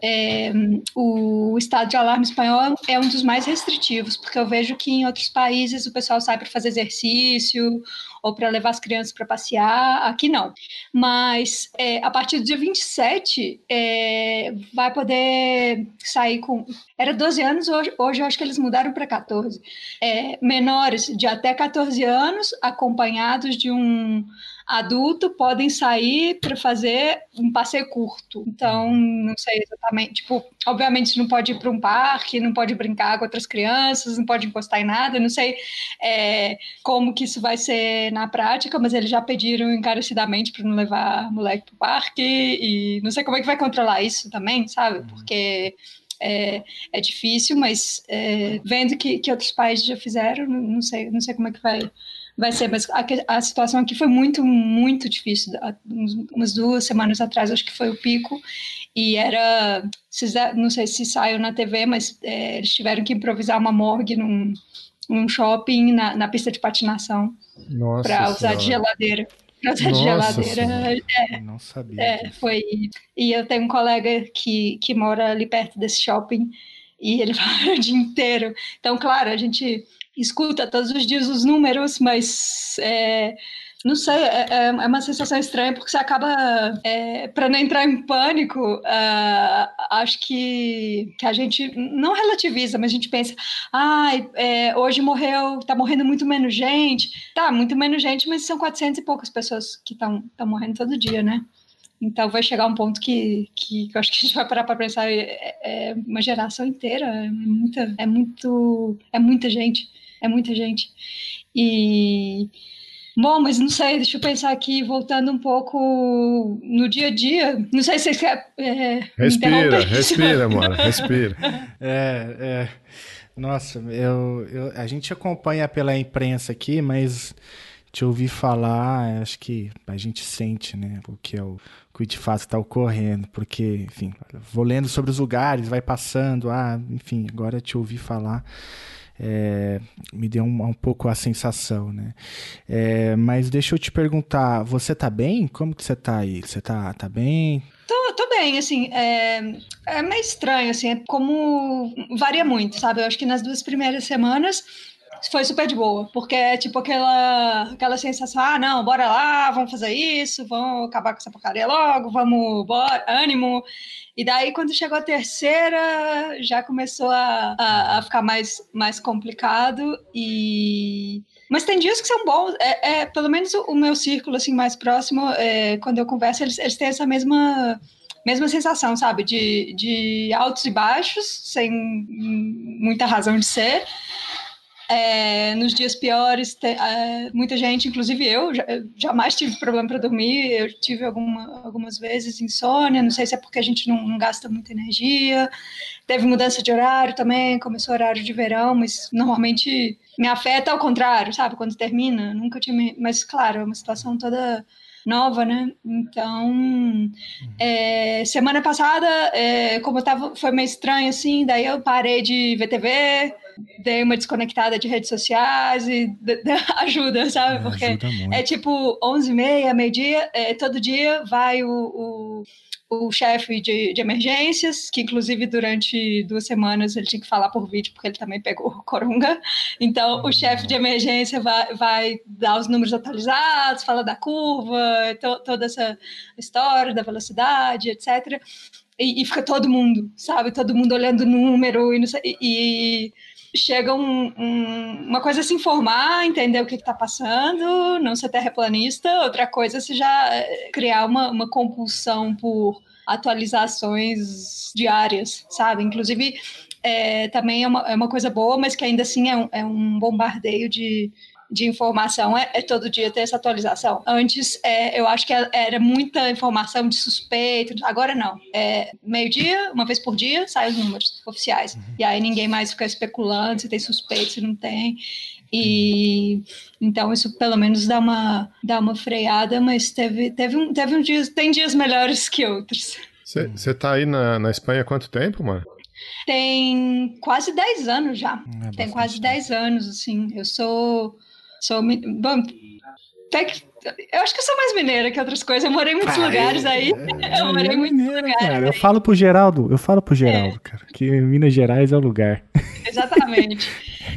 Speaker 9: o estado de alarme espanhol é um dos mais restritivos, porque eu vejo que em outros países o pessoal sai para fazer exercício ou para levar as crianças para passear. Aqui não. Mas a partir do dia 27 vai poder sair com... Era 12 anos, hoje eu acho que eles mudaram para 14. Menores de até 14 anos, acompanhados de um adulto, podem sair para fazer um passeio curto. Então, não sei exatamente. Tipo, obviamente não pode ir para um parque, não pode brincar com outras crianças, não pode encostar em nada. Não sei como que isso vai ser na prática, mas eles já pediram encarecidamente para não levar moleque para o parque, e não sei como é que vai controlar isso também, sabe? Porque... É difícil, mas vendo que outros países já fizeram, não sei como é que vai ser, mas a situação aqui foi muito, muito difícil. Umas 2 semanas atrás, acho que foi o pico, e não sei se saiu na TV, mas eles tiveram que improvisar uma morgue num shopping na pista de patinação para usar de geladeira.
Speaker 2: Não sabia.
Speaker 5: Foi.
Speaker 9: E eu tenho um colega que mora ali perto desse shopping, e ele vai o dia inteiro. Então, claro, a gente escuta todos os dias os números, mas não sei, é uma sensação estranha, porque você acaba, para não entrar em pânico, acho que a gente não relativiza, mas a gente pensa, hoje tá morrendo muito menos gente. Tá, muito menos gente, mas são 400 e poucas pessoas que estão morrendo todo dia, né? Então vai chegar um ponto que eu acho que a gente vai parar para pensar, uma geração inteira, é muita gente, e... Bom, mas não sei, deixa eu pensar aqui, voltando um pouco no dia a dia. Não sei se vocês querem
Speaker 3: Respira, Mora, respira.
Speaker 2: Nossa, a gente acompanha pela imprensa aqui, mas te ouvir falar, acho que a gente sente, né, o que de fato está ocorrendo, porque, enfim, vou lendo sobre os lugares, vai passando, enfim, agora te ouvir falar... me deu um pouco a sensação, né? Mas deixa eu te perguntar, você tá bem? Como que você tá aí? Você tá bem?
Speaker 9: Tô bem, assim, é meio estranho, assim, é como varia muito, sabe? Eu acho que nas 2 primeiras semanas foi super de boa, porque é tipo aquela sensação, não, bora lá, vamos fazer isso, vamos acabar com essa porcaria logo, vamos, bora, ânimo. E daí, quando chegou a terceira, já começou a ficar mais complicado. Mas tem dias que são bons. Pelo menos o meu círculo assim, mais próximo, quando eu converso, eles têm essa mesma sensação, sabe? De altos e baixos, sem muita razão de ser. Nos dias piores, muita gente, inclusive eu jamais tive problema para dormir. Eu tive algumas vezes insônia, não sei se é porque a gente não gasta muita energia. Teve mudança de horário também, começou o horário de verão, mas normalmente me afeta ao contrário, sabe? Quando termina, nunca tinha... Mas claro, é uma situação toda nova, né? Então, semana passada, como eu tava, foi meio estranho, assim, daí eu parei de ver TV, dei uma desconectada de redes sociais e ajuda, sabe? Porque
Speaker 2: ajuda muito.
Speaker 9: É tipo 11h30, meio-dia, todo dia vai o chefe de emergências, que inclusive durante 2 semanas ele tinha que falar por vídeo, porque ele também pegou coronga. Então, o chefe de emergência vai dar os números atualizados, fala da curva, toda essa história da velocidade, etc. E fica todo mundo, sabe? Todo mundo olhando o número e não sei, e chega uma coisa é se informar, entender o que está passando, não ser terraplanista, outra coisa é se já criar uma compulsão por atualizações diárias, sabe? Inclusive, também é uma coisa boa, mas que ainda assim é um bombardeio de informação, todo dia ter essa atualização. Antes, eu acho que era muita informação de suspeito, agora não. Meio-dia, uma vez por dia, saem os números oficiais. E aí ninguém mais fica especulando se tem suspeito, se não tem. E então isso pelo menos dá uma freada, mas teve um dia, tem dias melhores que outros.
Speaker 3: Você tá aí na Espanha há quanto tempo, mano?
Speaker 9: Tem quase 10 anos já. Tem quase 10 anos, assim. Eu sou bom, eu acho que eu sou mais mineira que outras coisas. Eu morei em muitos lugares aí. Eu morei em muitos lugares.
Speaker 2: Cara, eu falo pro Geraldo, cara, que Minas Gerais é o lugar.
Speaker 9: Exatamente.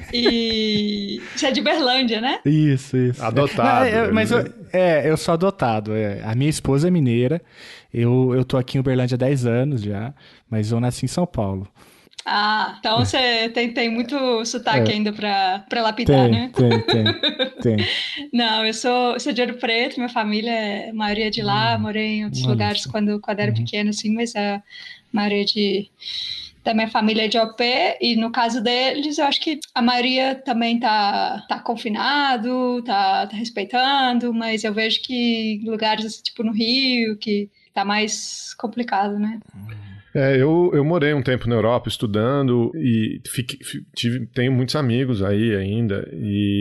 Speaker 9: E você é de Berlândia, né?
Speaker 2: Isso.
Speaker 3: Adotado.
Speaker 2: Eu sou adotado. A minha esposa é mineira. Eu tô aqui em Uberlândia há 10 anos já, mas eu nasci em São Paulo.
Speaker 9: Ah, então você tem muito sotaque ainda pra lapidar, né?
Speaker 2: Tem.
Speaker 9: Não, eu sou de Ouro Preto, minha família é a maioria de lá, morei em outros lugares quando era pequena, assim, mas a maioria da minha família é de OP, e no caso deles, eu acho que a maioria também tá confinado, tá respeitando, mas eu vejo que em lugares assim, tipo no Rio, que tá mais complicado, né?
Speaker 3: Eu morei um tempo na Europa estudando e tenho muitos amigos aí ainda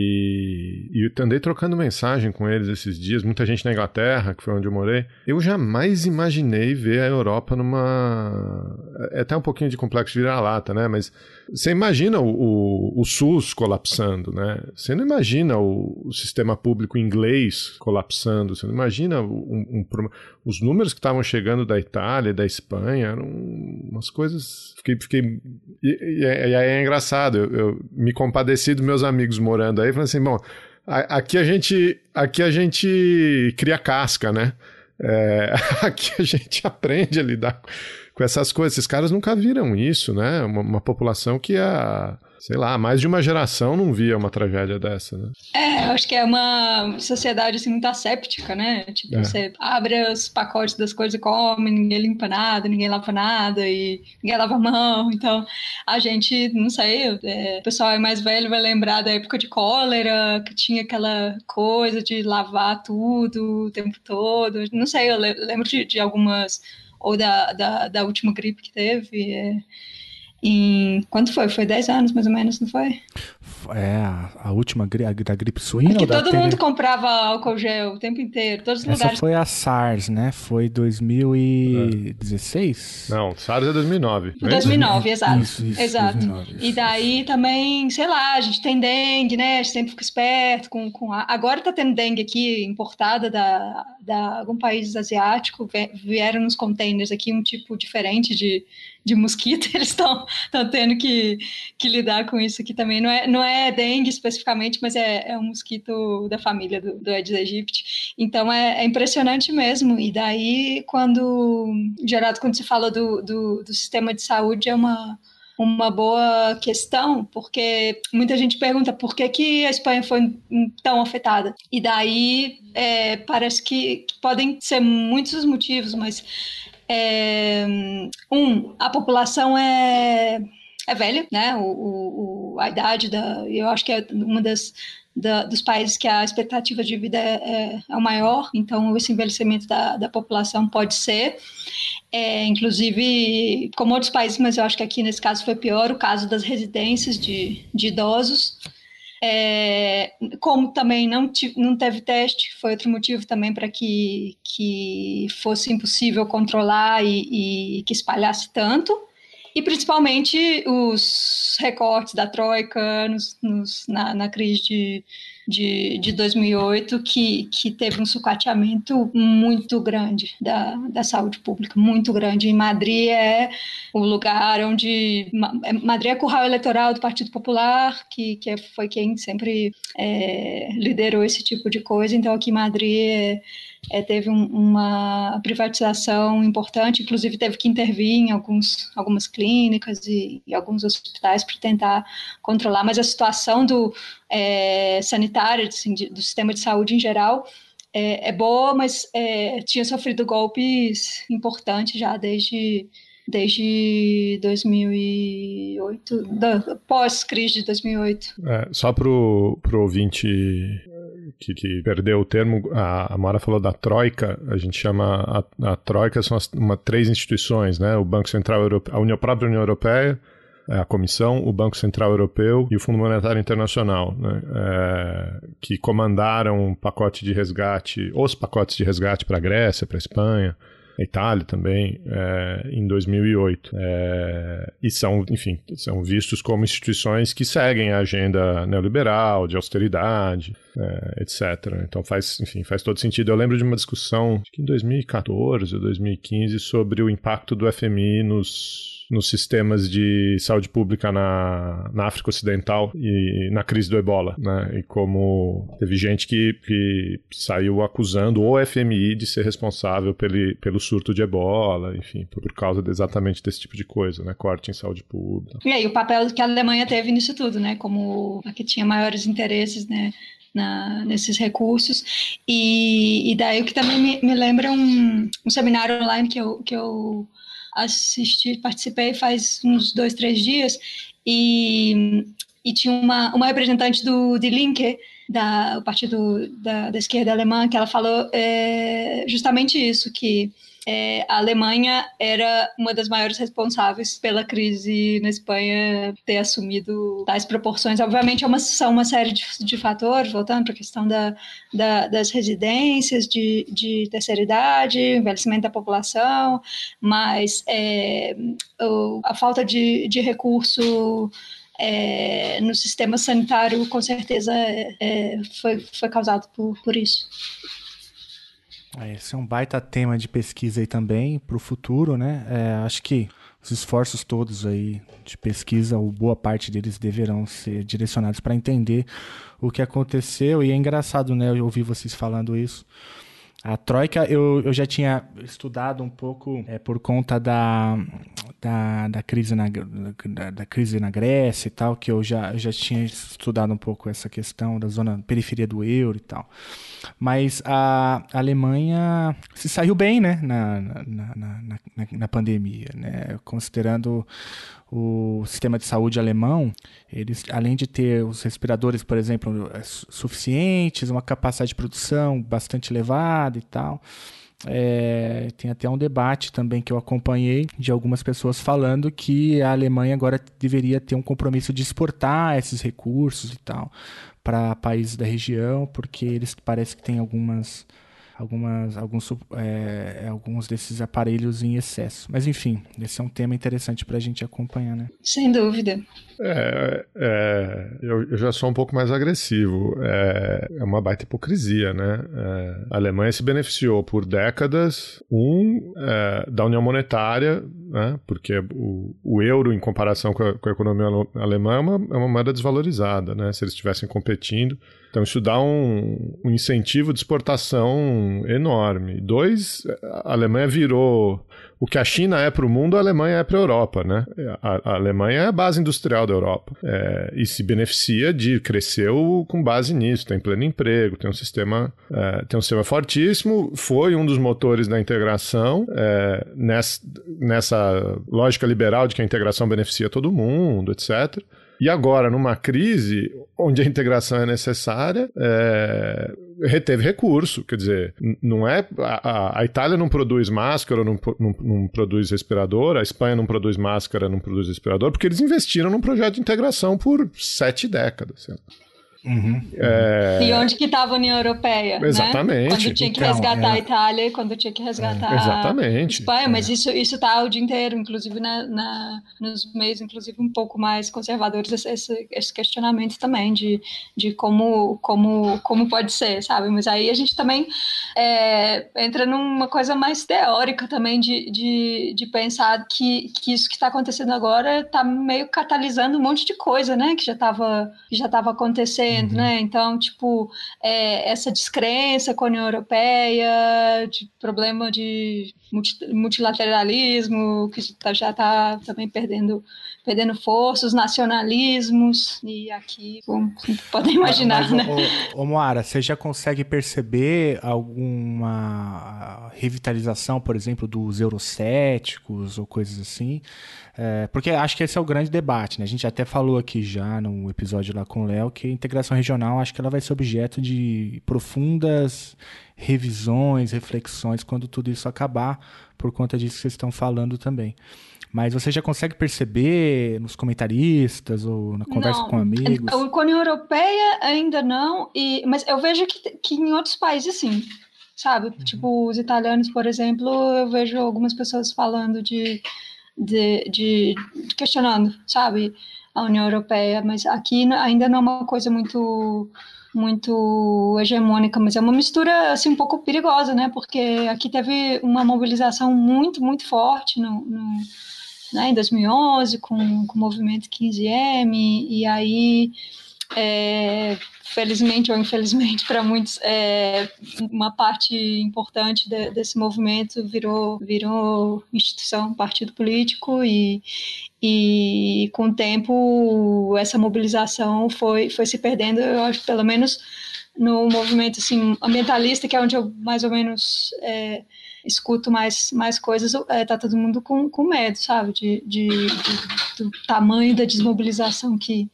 Speaker 3: e eu andei trocando mensagem com eles esses dias, muita gente na Inglaterra, que foi onde eu morei. Eu jamais imaginei ver a Europa é até um pouquinho de complexo de vira-lata, né? Mas você imagina o SUS colapsando, né? Você não imagina o sistema público inglês colapsando, você não imagina os números que estavam chegando da Itália e da Espanha eram umas coisas... E é engraçado, eu me compadeci dos meus amigos morando aí, falando assim, bom, aqui a gente cria casca, né? Aqui a gente aprende a lidar com essas coisas. Esses caras nunca viram isso, né? Uma população que sei lá, mais de uma geração não via uma tragédia dessa, né?
Speaker 9: Eu acho que é uma sociedade assim, muito asséptica, né? Tipo, você abre os pacotes das coisas e come, ninguém limpa nada, ninguém lava nada e ninguém lava a mão. Então, a gente, não sei, o pessoal mais velho vai lembrar da época de cólera, que tinha aquela coisa de lavar tudo o tempo todo. Não sei, eu lembro de algumas, ou da última gripe que teve. Quando foi? Foi 10 anos, mais ou menos, não foi?
Speaker 2: A última da gripe suína?
Speaker 9: Porque todo mundo comprava álcool gel o tempo inteiro, todos os lugares.
Speaker 2: Essa foi a SARS, né? Foi 2016?
Speaker 3: Não, SARS é 2009.
Speaker 9: 2009, exato.
Speaker 2: Isso,
Speaker 9: exato.
Speaker 2: 2009,
Speaker 9: E daí também, sei lá, a gente tem dengue, né? A gente sempre fica esperto com Agora tá tendo dengue aqui, importada da algum país asiático, vieram nos containers aqui um tipo diferente de mosquito, eles estão tendo que lidar com isso aqui também. Não é dengue especificamente, mas é um mosquito da família do Aedes aegypti. Então é impressionante mesmo. E daí, Gerardo, quando se fala do sistema de saúde, é uma boa questão, porque muita gente pergunta por que a Espanha foi tão afetada. E daí parece que podem ser muitos os motivos, mas a população é velha, né? A idade eu acho que é uma dos países que a expectativa de vida é o maior, então esse envelhecimento da população pode ser, inclusive como outros países, mas eu acho que aqui nesse caso foi pior, o caso das residências de idosos. Como também não teve teste, foi outro motivo também para que fosse impossível controlar e que espalhasse tanto, e principalmente os recortes da Troika na crise de 2008, que teve um sucateamento muito grande da saúde pública, muito grande. Em Madrid é o lugar onde... Madrid é curral eleitoral do Partido Popular, que foi quem sempre liderou esse tipo de coisa. Então, aqui em Madrid teve uma privatização importante, inclusive teve que intervir em algumas clínicas e alguns hospitais para tentar controlar, mas a situação sanitária, assim, do sistema de saúde em geral é boa, mas tinha sofrido golpes importantes já desde 2008, pós-crise de 2008.
Speaker 3: Só pro ouvinte que perdeu o termo, a Mara falou da Troika, a gente chama a Troika, são três instituições, né? O Banco Central Europeu, a própria União Europeia, a Comissão, o Banco Central Europeu e o Fundo Monetário Internacional, né? Que comandaram os pacotes de resgate para a Grécia, para a Espanha, a Itália também, em 2008. E são vistos como instituições que seguem a agenda neoliberal, de austeridade, etc. Então faz todo sentido. Eu lembro de uma discussão, acho que em 2014 ou 2015, sobre o impacto do FMI nos sistemas de saúde pública na África Ocidental e na crise do Ebola, né? E como teve gente que saiu acusando o FMI de ser responsável pelo surto de Ebola, enfim, por causa exatamente desse tipo de coisa, né? Corte em saúde pública.
Speaker 9: E aí o papel que a Alemanha teve nisso tudo, né? Como a que tinha maiores interesses, né? Nesses recursos. E daí o que também me lembra um seminário online que eu participei faz uns 2-3 dias, e tinha uma representante do Die Linke, o partido da esquerda alemã, que ela falou justamente isso, que a Alemanha era uma das maiores responsáveis pela crise na Espanha ter assumido tais proporções. Obviamente são uma série de fatores, voltando para a questão das residências de terceira idade, envelhecimento da população, mas a falta de recurso no sistema sanitário, com certeza, foi causado por isso.
Speaker 2: Esse é um baita tema de pesquisa aí também para o futuro, né? Acho que os esforços todos aí de pesquisa, ou boa parte deles, deverão ser direcionados para entender o que aconteceu. E é engraçado, né? Eu ouvi vocês falando isso. A Troika eu já tinha estudado um pouco por conta da crise da crise na Grécia e tal, que eu já tinha estudado um pouco essa questão da zona periferia do euro e tal. Mas a Alemanha se saiu bem, né, na pandemia, né? Considerando o sistema de saúde alemão, eles, além de ter os respiradores, por exemplo, suficientes, uma capacidade de produção bastante elevada e tal, tem até um debate também que eu acompanhei de algumas pessoas falando que a Alemanha agora deveria ter um compromisso de exportar esses recursos e tal para países da região, porque eles parece que têm alguns desses aparelhos em excesso. Mas enfim, esse é um tema interessante para a gente acompanhar, né?
Speaker 9: Sem dúvida.
Speaker 3: Eu já sou um pouco mais agressivo. É uma baita hipocrisia, né? A Alemanha se beneficiou por décadas, da União Monetária, né? Porque o euro, em comparação com a economia alemã, é uma moeda desvalorizada, né? Se eles estivessem competindo. Então isso dá um incentivo de exportação enorme. 2, a Alemanha virou... O que a China é para o mundo, a Alemanha é para a Europa, né? A Alemanha é a base industrial da Europa. E se beneficia cresceu com base nisso, tem pleno emprego, tem um sistema fortíssimo, foi um dos motores da integração, nessa lógica liberal de que a integração beneficia todo mundo, etc. E agora, numa crise onde a integração é necessária, reteve recurso. Quer dizer, não é a Itália não produz máscara, não produz respirador, a Espanha não produz máscara, não produz respirador, porque eles investiram num projeto de integração por 7 décadas. Sei lá.
Speaker 9: E onde que estava a União Europeia?
Speaker 3: Exatamente.
Speaker 9: Né? Quando tinha que resgatar a Itália e quando tinha que resgatar a Espanha, mas isso está o dia inteiro, inclusive nos meios, inclusive um pouco mais conservadores, esse questionamento também de como pode ser, sabe? Mas aí a gente também entra numa coisa mais teórica também de pensar que isso que está acontecendo agora está meio catalisando um monte de coisa, né? Que já estava acontecendo. Né? Então, tipo, essa descrença com a União Europeia, de problema de multilateralismo, que já está também perdendo força, os nacionalismos, e aqui, como podem imaginar, né?
Speaker 2: Moara, você já consegue perceber alguma revitalização, por exemplo, dos eurocéticos ou coisas assim? Porque acho que esse é o grande debate, né? A gente até falou aqui já no episódio lá com o Léo que a integração regional, acho que ela vai ser objeto de profundas revisões, reflexões quando tudo isso acabar, por conta disso que vocês estão falando também. Mas você já consegue perceber nos comentaristas ou na conversa com amigos?
Speaker 9: Com a União Europeia ainda não, mas eu vejo que em outros países sim, sabe? Tipo, os italianos, por exemplo, eu vejo algumas pessoas falando de questionando, sabe, a União Europeia, mas aqui ainda não é uma coisa muito hegemônica, mas é uma mistura assim um pouco perigosa, né? Porque aqui teve uma mobilização muito, muito forte né, em 2011 com o movimento 15M, e aí felizmente ou infelizmente para muitos, uma parte importante desse movimento virou instituição, partido político, e com o tempo essa mobilização foi se perdendo. Eu acho que pelo menos no movimento assim, ambientalista, que é onde eu mais ou menos escuto mais coisas, tá todo mundo com medo, sabe, do tamanho da desmobilização que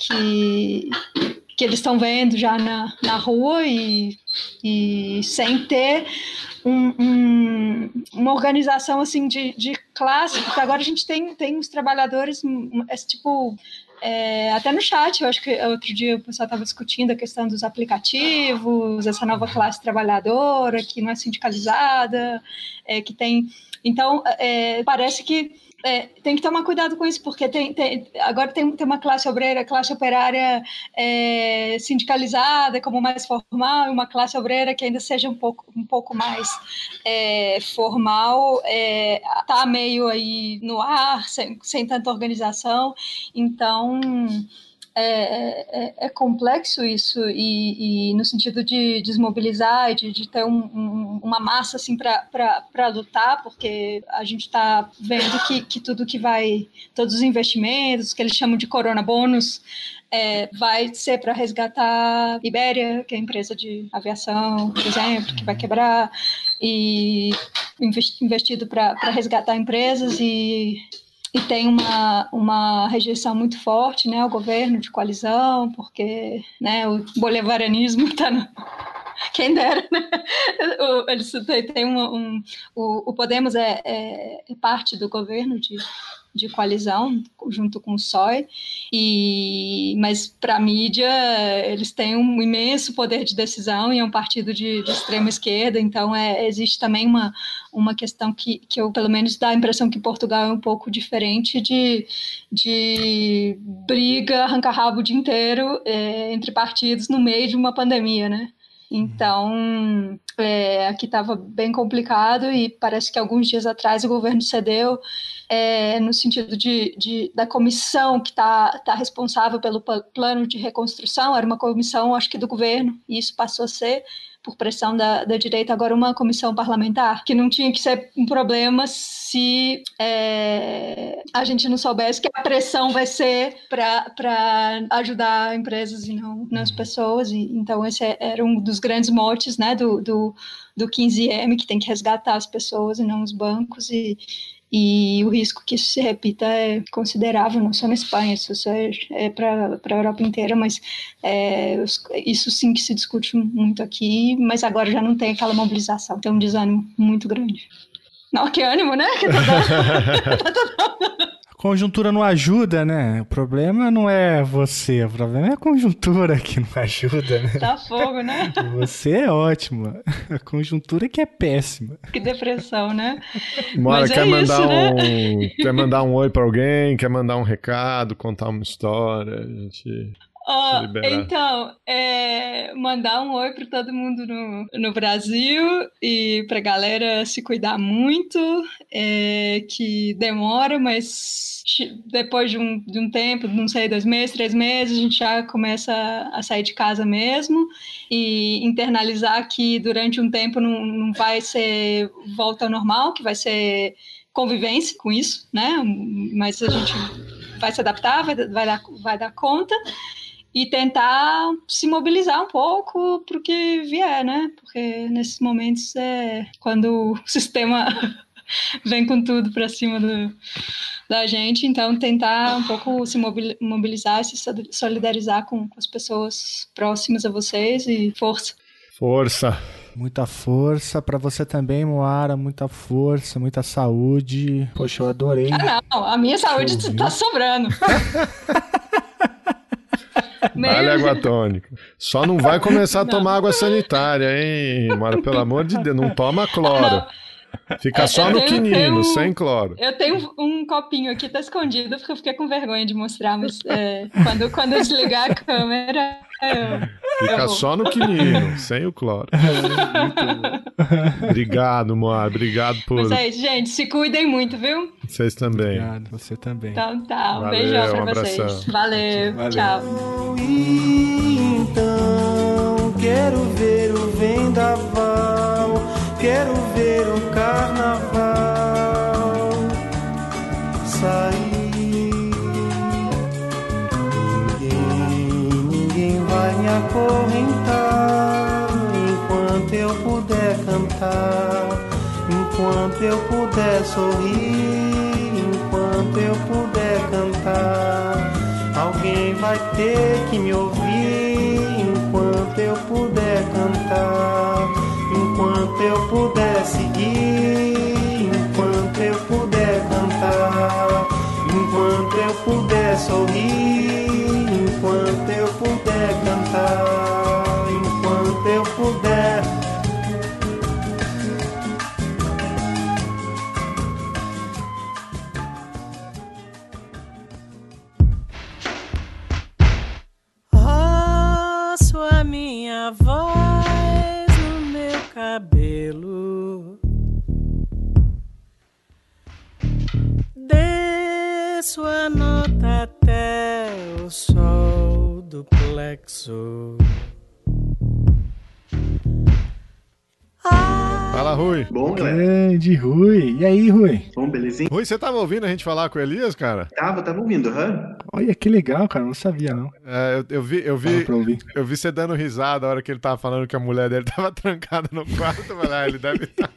Speaker 9: eles estão vendo já na rua, e sem ter uma organização assim de classe, porque agora a gente tem os trabalhadores, tipo, até no chat, eu acho que outro dia o pessoal estava discutindo a questão dos aplicativos, essa nova classe trabalhadora que não é sindicalizada, que tem... Então, parece que tem que tomar cuidado com isso, porque agora tem uma classe obreira, classe operária sindicalizada como mais formal, e uma classe obreira que ainda seja um pouco mais formal, está meio aí no ar, sem tanta organização. Então é complexo isso, e no sentido de desmobilizar e de ter uma massa assim para lutar, porque a gente está vendo que tudo que vai, todos os investimentos que eles chamam de corona bônus, vai ser para resgatar Ibéria, que é a empresa de aviação, por exemplo, que vai quebrar, e investido para resgatar empresas, e tem uma rejeição muito forte, né, ao governo de coalizão, porque, né, o bolivarianismo Quem dera, né? Eles têm o Podemos é parte do governo de coalizão, junto com o PSOE, mas para a mídia eles têm um imenso poder de decisão e é um partido de extrema esquerda, então existe também uma questão que eu, pelo menos, dá a impressão que Portugal é um pouco diferente de briga, arranca-rabo o dia inteiro entre partidos no meio de uma pandemia, né? Então, aqui estava bem complicado e parece que alguns dias atrás o governo cedeu no sentido da comissão que está responsável pelo plano de reconstrução, era uma comissão, acho que do governo, e isso passou a ser, por pressão da direita, agora uma comissão parlamentar, que não tinha que ser um problema se a gente não soubesse que a pressão vai ser para ajudar empresas e não as pessoas. Então esse era um dos grandes motes, né, do 15M, que tem que resgatar as pessoas e não os bancos, e o risco que isso se repita é considerável, não só na Espanha, isso é para a Europa inteira, mas isso sim que se discute muito aqui, mas agora já não tem aquela mobilização, tem um desânimo muito grande. Não, que ânimo, né?
Speaker 2: A conjuntura não ajuda, né? O problema não é você, o problema é a conjuntura que não ajuda, né?
Speaker 9: Tá fogo, né?
Speaker 2: Você é ótima, a conjuntura que é péssima.
Speaker 9: Que depressão, né?
Speaker 3: Mora, quer mandar um oi pra alguém, quer mandar um recado, contar uma história, a gente...
Speaker 9: Então, mandar um oi para todo mundo no Brasil e para a galera se cuidar muito, que demora, mas depois de um tempo, não sei, 2 meses, 3 meses, a gente já começa a sair de casa mesmo e internalizar que durante um tempo não vai ser volta ao normal, que vai ser convivência com isso, né? Mas a gente vai se adaptar, vai dar conta. E tentar se mobilizar um pouco para o que vier, né? Porque nesses momentos quando o sistema vem com tudo para cima da gente, então tentar um pouco se mobilizar, se solidarizar com as pessoas próximas a vocês e força.
Speaker 3: Força.
Speaker 2: Muita força para você também, Moara, muita força, muita saúde. Poxa, eu adorei.
Speaker 9: Não, a minha saúde tá sobrando.
Speaker 3: Vale água tônica. Só não vai começar a tomar água sanitária, hein, Mara? Pelo amor de Deus, não toma cloro. Fica só no quinino, sem cloro.
Speaker 9: Eu tenho um copinho aqui, tá escondido, porque eu fiquei com vergonha de mostrar, mas quando eu desligar a câmera...
Speaker 3: Fica só no quinino, sem o cloro. Obrigado, Moara. Obrigado por...
Speaker 9: Mas é isso, gente. Se cuidem muito, viu?
Speaker 3: Vocês também.
Speaker 2: Obrigado, você também.
Speaker 9: Então tá,
Speaker 3: Valeu,
Speaker 9: beijão pra vocês. Valeu, tchau.
Speaker 8: Então, quero ver o vendaval, quero ver o carnaval sair. Ninguém vai me acorrentar enquanto eu puder cantar, enquanto eu puder sorrir, enquanto eu puder cantar. Alguém vai ter que me ouvir enquanto eu puder cantar, enquanto eu puder seguir, enquanto eu puder cantar, enquanto eu puder sorrir, enquanto eu puder cantar, enquanto eu puder.
Speaker 10: Roço a minha voz no meu cabelo, desço a nota até o sol do plexo.
Speaker 3: Fala, Rui.
Speaker 11: Bom, galera?
Speaker 2: Grande Rui. E aí, Rui?
Speaker 11: Bom, belezinha?
Speaker 3: Rui, você tava ouvindo a gente falar com o Elias, cara?
Speaker 11: Tava ouvindo,
Speaker 2: Olha que legal, cara. Não sabia, não.
Speaker 3: Eu vi você dando risada a hora que ele tava falando que a mulher dele tava trancada no quarto. Eu falei, ele deve estar.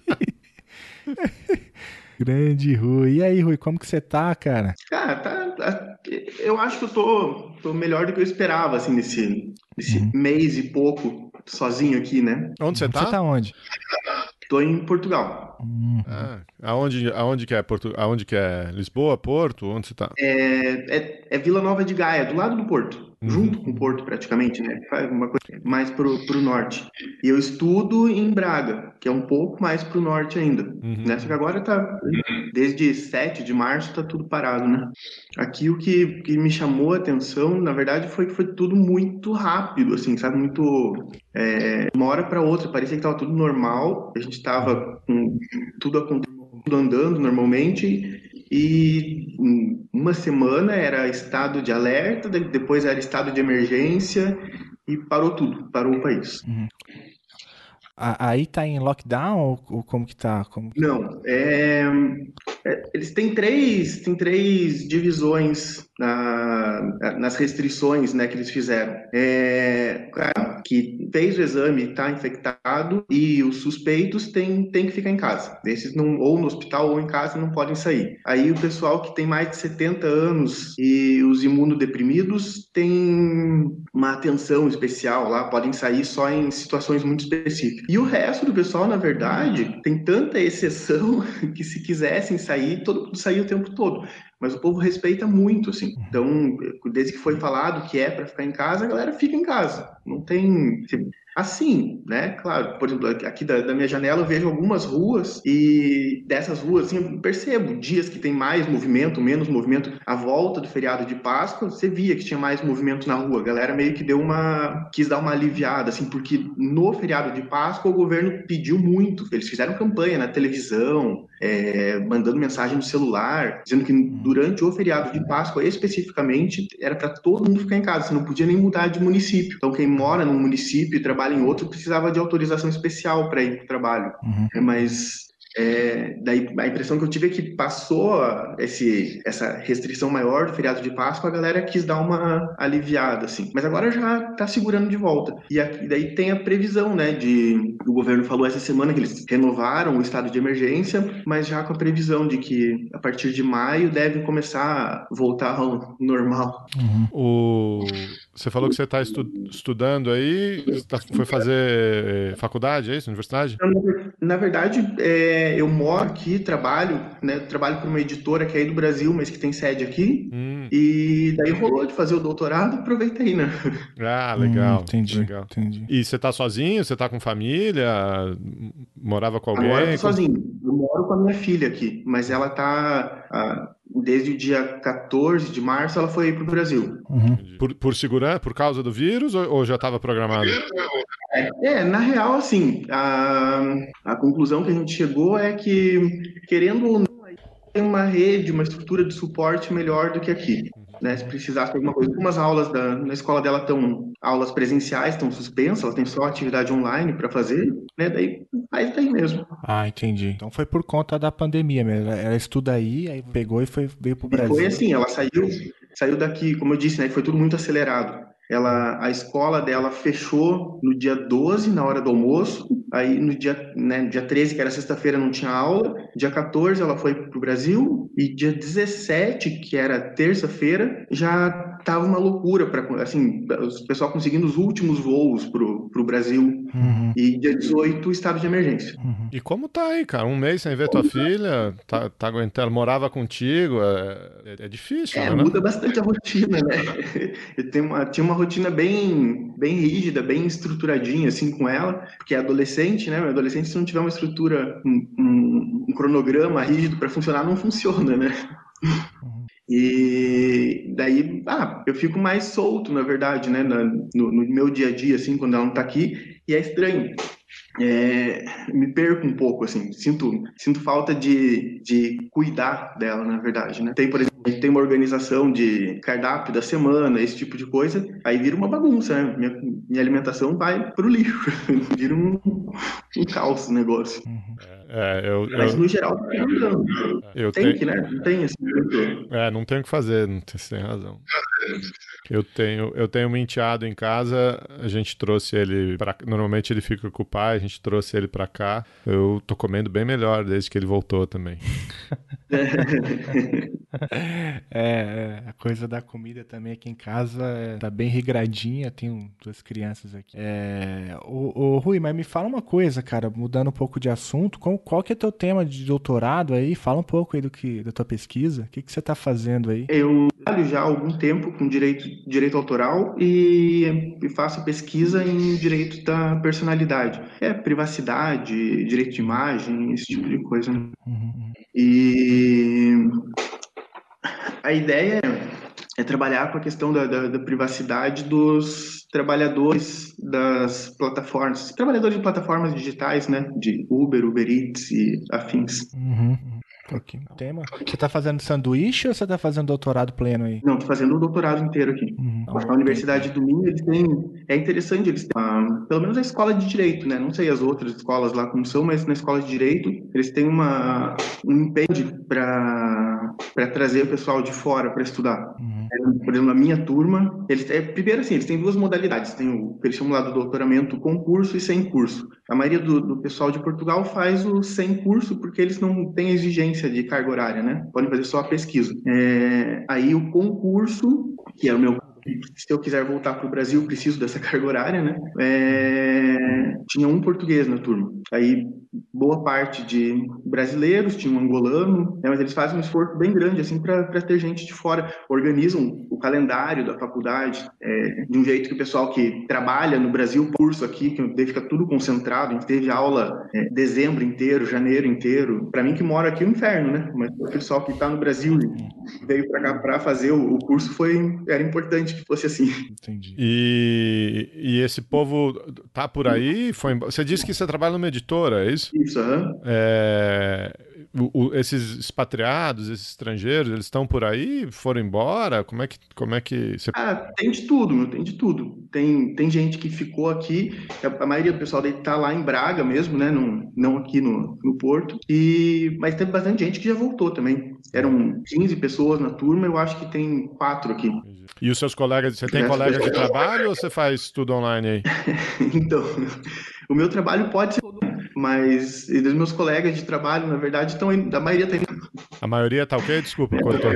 Speaker 2: Grande Rui. E aí, Rui, como que você tá, cara?
Speaker 11: Cara, eu acho que eu tô melhor do que eu esperava, assim, nesse mês e pouco. sozinho aqui, né?
Speaker 3: Onde você tá?
Speaker 2: Você tá onde?
Speaker 11: Tô em Portugal.
Speaker 3: Aonde que é aonde que é? Lisboa, Porto? Onde você tá?
Speaker 11: É Vila Nova de Gaia, do lado do Porto. Junto com o Porto, praticamente, né? Faz uma coisa mais pro norte. E eu estudo em Braga, que é um pouco mais pro norte ainda. Né? Só que agora tá... Desde 7 de março tá tudo parado, né? Aqui o que me chamou a atenção, na verdade, foi que foi tudo muito rápido, assim, sabe? Muito... uma hora para outra, parecia que tava tudo normal. A gente tava com tudo andando normalmente... E uma semana era estado de alerta, depois era estado de emergência e parou tudo, parou o país.
Speaker 2: Aí tá em lockdown ou como que tá?
Speaker 11: Não, eles têm três divisões nas restrições, né, que eles fizeram. O cara que fez o exame está infectado e os suspeitos têm que ficar em casa. Esses não, ou no hospital ou em casa, não podem sair. Aí o pessoal que tem mais de 70 anos e os imunodeprimidos têm uma atenção especial lá, podem sair só em situações muito específicas. E o resto do pessoal, na verdade, tem tanta exceção que se quisessem sair, todo mundo saía o tempo todo. Mas o povo respeita muito, assim. Então, desde que foi falado que é para ficar em casa, a galera fica em casa. Não tem... Assim, né? Claro, por exemplo, aqui da minha janela eu vejo algumas ruas e dessas ruas, assim, eu percebo dias que tem mais movimento, menos movimento. À volta do feriado de Páscoa, você via que tinha mais movimento na rua. A galera meio que quis dar uma aliviada, assim, porque no feriado de Páscoa o governo pediu muito. Eles fizeram campanha na televisão, mandando mensagem no celular, dizendo que durante o feriado de Páscoa, especificamente, era para todo mundo ficar em casa. Você não podia nem mudar de município. Então, quem mora num município e trabalha em outro precisava de autorização especial para ir para o trabalho. Mas daí a impressão que eu tive é que passou essa restrição maior do feriado de Páscoa, a galera quis dar uma aliviada, assim. Mas agora já está segurando de volta. E daí tem a previsão, né, o governo falou essa semana que eles renovaram o estado de emergência, mas já com a previsão de que a partir de maio deve começar a voltar ao normal.
Speaker 3: Você falou que você está estudando aí, foi fazer faculdade, é isso? Universidade?
Speaker 11: Na verdade, eu moro aqui, trabalho para uma editora que é aí do Brasil, mas que tem sede aqui, e daí rolou de fazer o doutorado, aproveitei, né?
Speaker 3: Ah, legal.
Speaker 2: Entendi.
Speaker 3: E você tá sozinho? Você tá com família? Morava com alguém?
Speaker 11: Agora eu tô sozinho. Eu moro com a minha filha aqui, mas ela tá... Desde o dia 14 de março ela foi pro Brasil.
Speaker 3: Por segurança, por causa do vírus ou já estava programado?
Speaker 11: Na real, assim, a conclusão que a gente chegou é que, querendo ou não, tem uma rede, uma estrutura de suporte melhor do que aqui. Né, se precisasse de alguma coisa, como as aulas na escola dela aulas presenciais estão suspensas, ela tem só atividade online para fazer, né, daí faz daí mesmo.
Speaker 2: Ah, entendi. Então foi por conta da pandemia mesmo, ela estuda aí pegou e veio pro Brasil.
Speaker 11: Foi assim, ela saiu daqui, como eu disse, né, foi tudo muito acelerado. A escola dela fechou no dia 12, na hora do almoço. Aí no dia 13, que era sexta-feira, não tinha aula. Dia 14 ela foi pro Brasil. E dia 17, que era terça-feira, já tava uma loucura para assim, o pessoal conseguindo os últimos voos pro Brasil. E dia 18, estado de emergência.
Speaker 3: E como tá aí, cara? Um mês sem ver tua filha, tá aguentando, ela morava contigo, é difícil, né?
Speaker 11: Muda bastante a rotina, né? Eu tinha uma rotina bem rígida, bem estruturadinha, assim, com ela, porque é adolescente, né? Adolescente, se não tiver uma estrutura, um cronograma rígido para funcionar, não funciona, né? E daí, eu fico mais solto, na verdade, né? No meu dia a dia, assim, quando ela não tá aqui, e é estranho. Me perco um pouco, assim, sinto falta de cuidar dela, na verdade, né? Por exemplo, a gente tem uma organização de cardápio da semana, esse tipo de coisa, aí vira uma bagunça, né? Minha alimentação vai pro lixo, vira um caos o negócio. Mas no geral tá andando. Que, né? Não tem assim.
Speaker 3: Não tem o que fazer, você tem razão. Eu tenho um enteado em casa, a gente trouxe ele normalmente ele fica com o pai, a gente trouxe ele pra cá. Eu tô comendo bem melhor desde que ele voltou também.
Speaker 2: A coisa da comida também aqui em casa tá bem regradinha, tenho 2 crianças aqui. Rui, mas me fala uma coisa, cara, mudando um pouco de assunto, qual que é teu tema de doutorado aí? Fala um pouco aí da tua pesquisa, o que você tá fazendo aí?
Speaker 11: Eu trabalho já há algum tempo com direito autoral e faço pesquisa em direito da personalidade. Privacidade, direito de imagem, esse tipo de coisa. Né? E a ideia é trabalhar com a questão da privacidade dos trabalhadores das plataformas, trabalhadores de plataformas digitais, né? De Uber Eats e afins.
Speaker 2: Tema. Você tá fazendo sanduíche ou você tá fazendo doutorado pleno aí?
Speaker 11: Não, tô fazendo o doutorado inteiro aqui. A Universidade do Minho, eles têm... É interessante, eles têm... pelo menos a escola de Direito, né? Não sei as outras escolas lá como são, mas na escola de Direito, eles têm um empenho para trazer o pessoal de fora para estudar. Por exemplo, na minha turma, primeiro assim, eles têm 2 modalidades. Tem o que eles chamam lá do doutoramento com curso e sem curso. A maioria do pessoal de Portugal faz o sem curso porque eles não têm exigência de carga horária, né? Podem fazer só a pesquisa. Aí o concurso, que é o meu... Se eu quiser voltar para o Brasil, preciso dessa carga horária, né? Tinha um português na turma. Aí, boa parte de brasileiros, tinha um angolano, né? Mas eles fazem um esforço bem grande, assim, para ter gente de fora. Organizam o calendário da faculdade de um jeito que o pessoal que trabalha no Brasil, curso aqui, que daí fica tudo concentrado. A gente teve aula dezembro inteiro, janeiro inteiro. Para mim, que moro aqui, é um inferno, né? Mas o pessoal que está no Brasil e veio para cá para fazer o curso era importante que fosse assim.
Speaker 2: Entendi.
Speaker 3: E esse povo tá por aí? Você disse que você trabalha numa editora, é isso?
Speaker 11: Isso,
Speaker 3: esses expatriados, esses estrangeiros, eles estão por aí? Foram embora? Como é que você...
Speaker 11: Tem de tudo, meu, tem de tudo. Tem gente que ficou aqui, a maioria do pessoal tá lá em Braga mesmo, né? Não aqui no Porto. Mas tem bastante gente que já voltou também. Eram 15 pessoas na turma, eu acho que tem 4 aqui.
Speaker 3: E os seus colegas, você tem colegas de trabalho ou você faz tudo online aí?
Speaker 11: Então, o meu trabalho pode ser todo, mas os meus colegas de trabalho, na verdade, a maioria tá indo.
Speaker 3: A maioria tá o quê? Desculpa, cortou.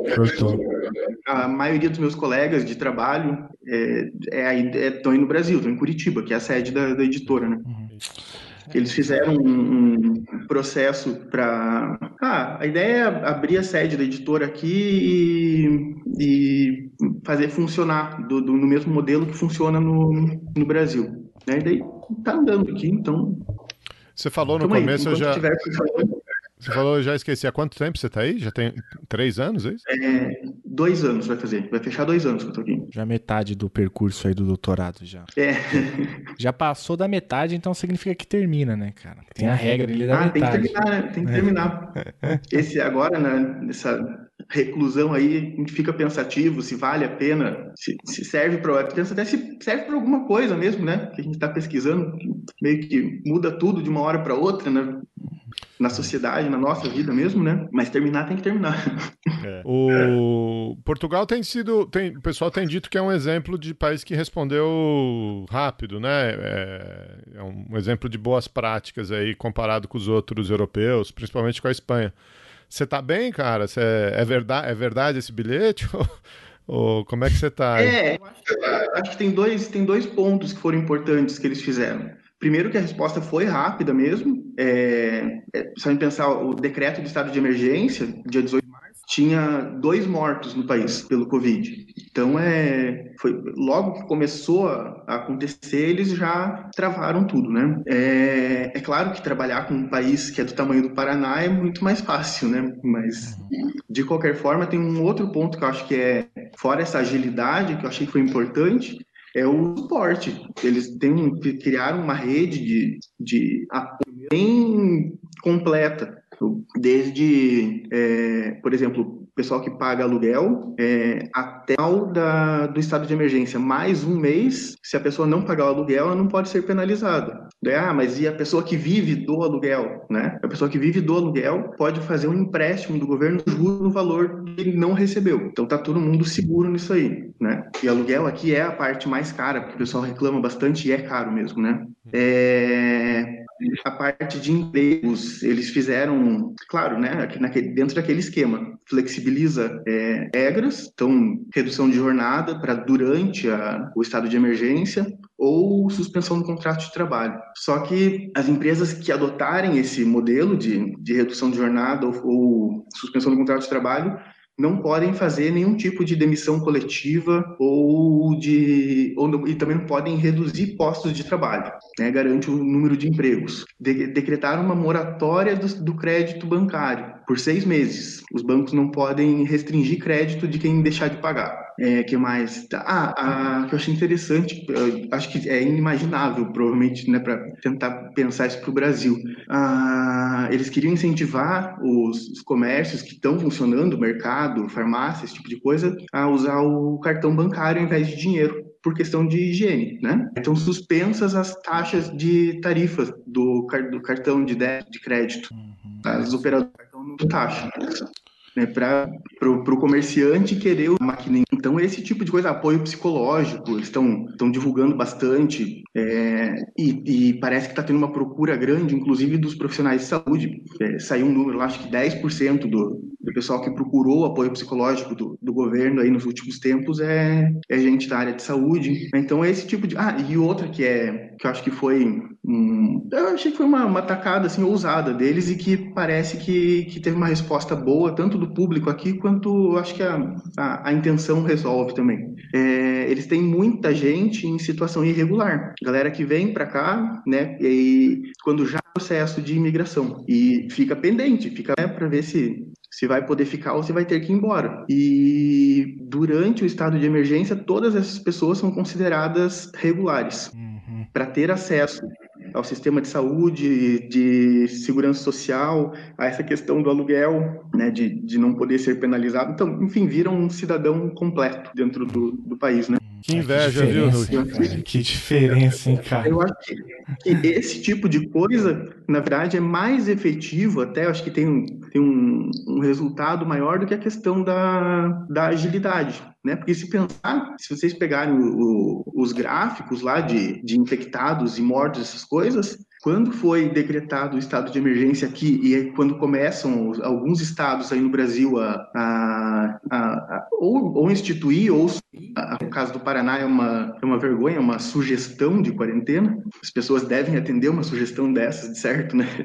Speaker 11: A maioria dos meus colegas de trabalho estão aí no Brasil, estão em Curitiba, que é a sede da editora, né? Eles fizeram um processo para... a ideia é abrir a sede da editora aqui e fazer funcionar no mesmo modelo que funciona no Brasil. Né? E daí tá andando aqui, então...
Speaker 3: Você falou no começo, Você falou, eu já esqueci, há quanto tempo você tá aí? Já tem 3 anos, é isso?
Speaker 11: 2 anos vai fazer. Vai fechar 2 anos que eu tô aqui.
Speaker 2: Já metade do percurso aí do doutorado já. Já passou da metade, então significa que termina, né, cara? Tem a regra ali da metade.
Speaker 11: Tem que terminar, né? Tem que terminar. Esse agora, né, nessa reclusão aí, a gente fica pensativo se vale a pena, se serve para... Pensa até se serve para alguma coisa mesmo, né? Que a gente tá pesquisando, meio que muda tudo de uma hora para outra, né? Na sociedade, na nossa vida mesmo, né? Mas terminar tem que terminar.
Speaker 3: O Portugal o pessoal tem dito que é um exemplo de país que respondeu rápido, né? É um exemplo de boas práticas aí comparado com os outros europeus, principalmente com a Espanha. Você tá bem, cara? É verdade esse bilhete? Ou como é que você tá?
Speaker 11: Acho que tem dois pontos que foram importantes que eles fizeram. Primeiro que a resposta foi rápida mesmo. Só em pensar, o decreto de estado de emergência, dia 18 de março, tinha 2 mortos no país pelo Covid. Então, foi logo que começou a acontecer, eles já travaram tudo, né? É claro que trabalhar com um país que é do tamanho do Paraná é muito mais fácil, né? Mas, de qualquer forma, tem um outro ponto que eu acho que fora essa agilidade, que eu achei que foi importante, é o suporte. Eles criaram uma rede de apoio bem completa. Desde, por exemplo, o pessoal que paga aluguel até o do estado de emergência, mais um mês, se a pessoa não pagar o aluguel, ela não pode ser penalizada. Mas e a pessoa que vive do aluguel, né? A pessoa que vive do aluguel pode fazer um empréstimo do governo juro no valor que ele não recebeu. Então tá todo mundo seguro nisso aí, né? E aluguel aqui é a parte mais cara, porque o pessoal reclama bastante e é caro mesmo, né? a parte de empregos, eles fizeram, claro, né, dentro daquele esquema, flexibiliza regras, então redução de jornada para durante o estado de emergência ou suspensão do contrato de trabalho. Só que as empresas que adotarem esse modelo de redução de jornada ou suspensão do contrato de trabalho não podem fazer nenhum tipo de demissão coletiva e também não podem reduzir postos de trabalho, né? Garante o número de empregos. Decretaram uma moratória do crédito bancário por 6 meses. Os bancos não podem restringir crédito de quem deixar de pagar. Que mais? Que eu achei interessante, acho que é inimaginável, provavelmente, né, para tentar pensar isso para o Brasil. Eles queriam incentivar os comércios que estão funcionando, mercado, farmácia, esse tipo de coisa, a usar o cartão bancário ao invés de dinheiro, por questão de higiene, né? Então, suspensas as taxas de tarifas do cartão de débito, de crédito. As operadoras não têm taxa, né, para o comerciante querer uma maquininha. Então, esse tipo de coisa, apoio psicológico, eles estão divulgando bastante, e parece que está tendo uma procura grande, inclusive dos profissionais de saúde. Saiu um número lá, acho que 10% do pessoal que procurou apoio psicológico do governo aí nos últimos tempos é gente da área de saúde. Então, esse tipo de... e outra que eu acho que foi... eu achei que foi uma tacada assim, ousada deles e que parece que teve uma resposta boa, tanto do público aqui, quanto acho que a intenção resolve também. Eles têm muita gente em situação irregular, galera que vem para cá, né, e quando já é processo de imigração, e fica pendente, para ver se vai poder ficar ou se vai ter que ir embora. E durante o estado de emergência, todas essas pessoas são consideradas regulares para ter acesso ao sistema de saúde, de segurança social, a essa questão do aluguel, né, de não poder ser penalizado. Então, enfim, viram um cidadão completo dentro do país, né?
Speaker 3: Que inveja, viu,
Speaker 2: Rui? Que diferença, hein, cara?
Speaker 11: Eu acho que esse tipo de coisa, na verdade, é mais efetivo, até acho que tem um resultado maior do que a questão da agilidade, né? Porque se vocês pegarem os gráficos lá de infectados e mortos, essas coisas, quando foi decretado o estado de emergência aqui e quando começam alguns estados aí no Brasil ou instituir, ou no caso do Paraná é uma vergonha, uma sugestão de quarentena, as pessoas devem atender uma sugestão dessas, de certo, né?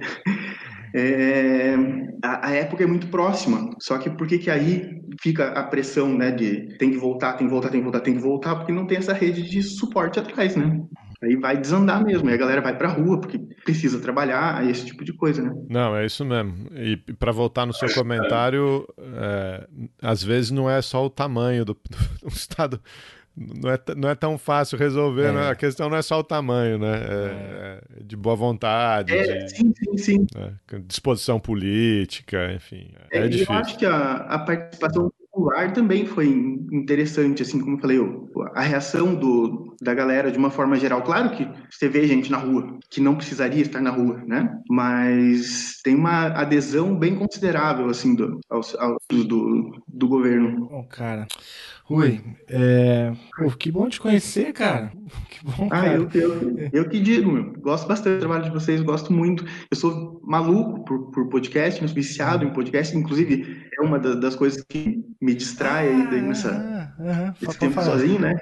Speaker 11: A época é muito próxima, só que por que aí fica a pressão, né, de tem que voltar, porque não tem essa rede de suporte atrás, né? Aí vai desandar mesmo, aí a galera vai pra rua porque precisa trabalhar, esse tipo de coisa, né?
Speaker 3: Não, é isso mesmo. E para voltar no seu comentário, às vezes não é só o tamanho do estado, não é tão fácil resolver, né? A questão não é só o tamanho, né? De boa vontade,
Speaker 11: sim.
Speaker 3: Disposição política, enfim. É difícil.
Speaker 11: Eu acho que a participação popular também foi interessante, assim, como eu falei, a reação da galera de uma forma geral. Claro que você vê gente na rua que não precisaria estar na rua, né? Mas tem uma adesão bem considerável, assim, do governo.
Speaker 2: Bom, cara, Rui, que bom te conhecer, cara. Que bom, cara.
Speaker 11: Eu que digo, meu. Gosto bastante do trabalho de vocês, gosto muito. Eu sou maluco por podcast, viciado em podcast, inclusive é uma das coisas que me distrai aí nesse tempo sozinho, né?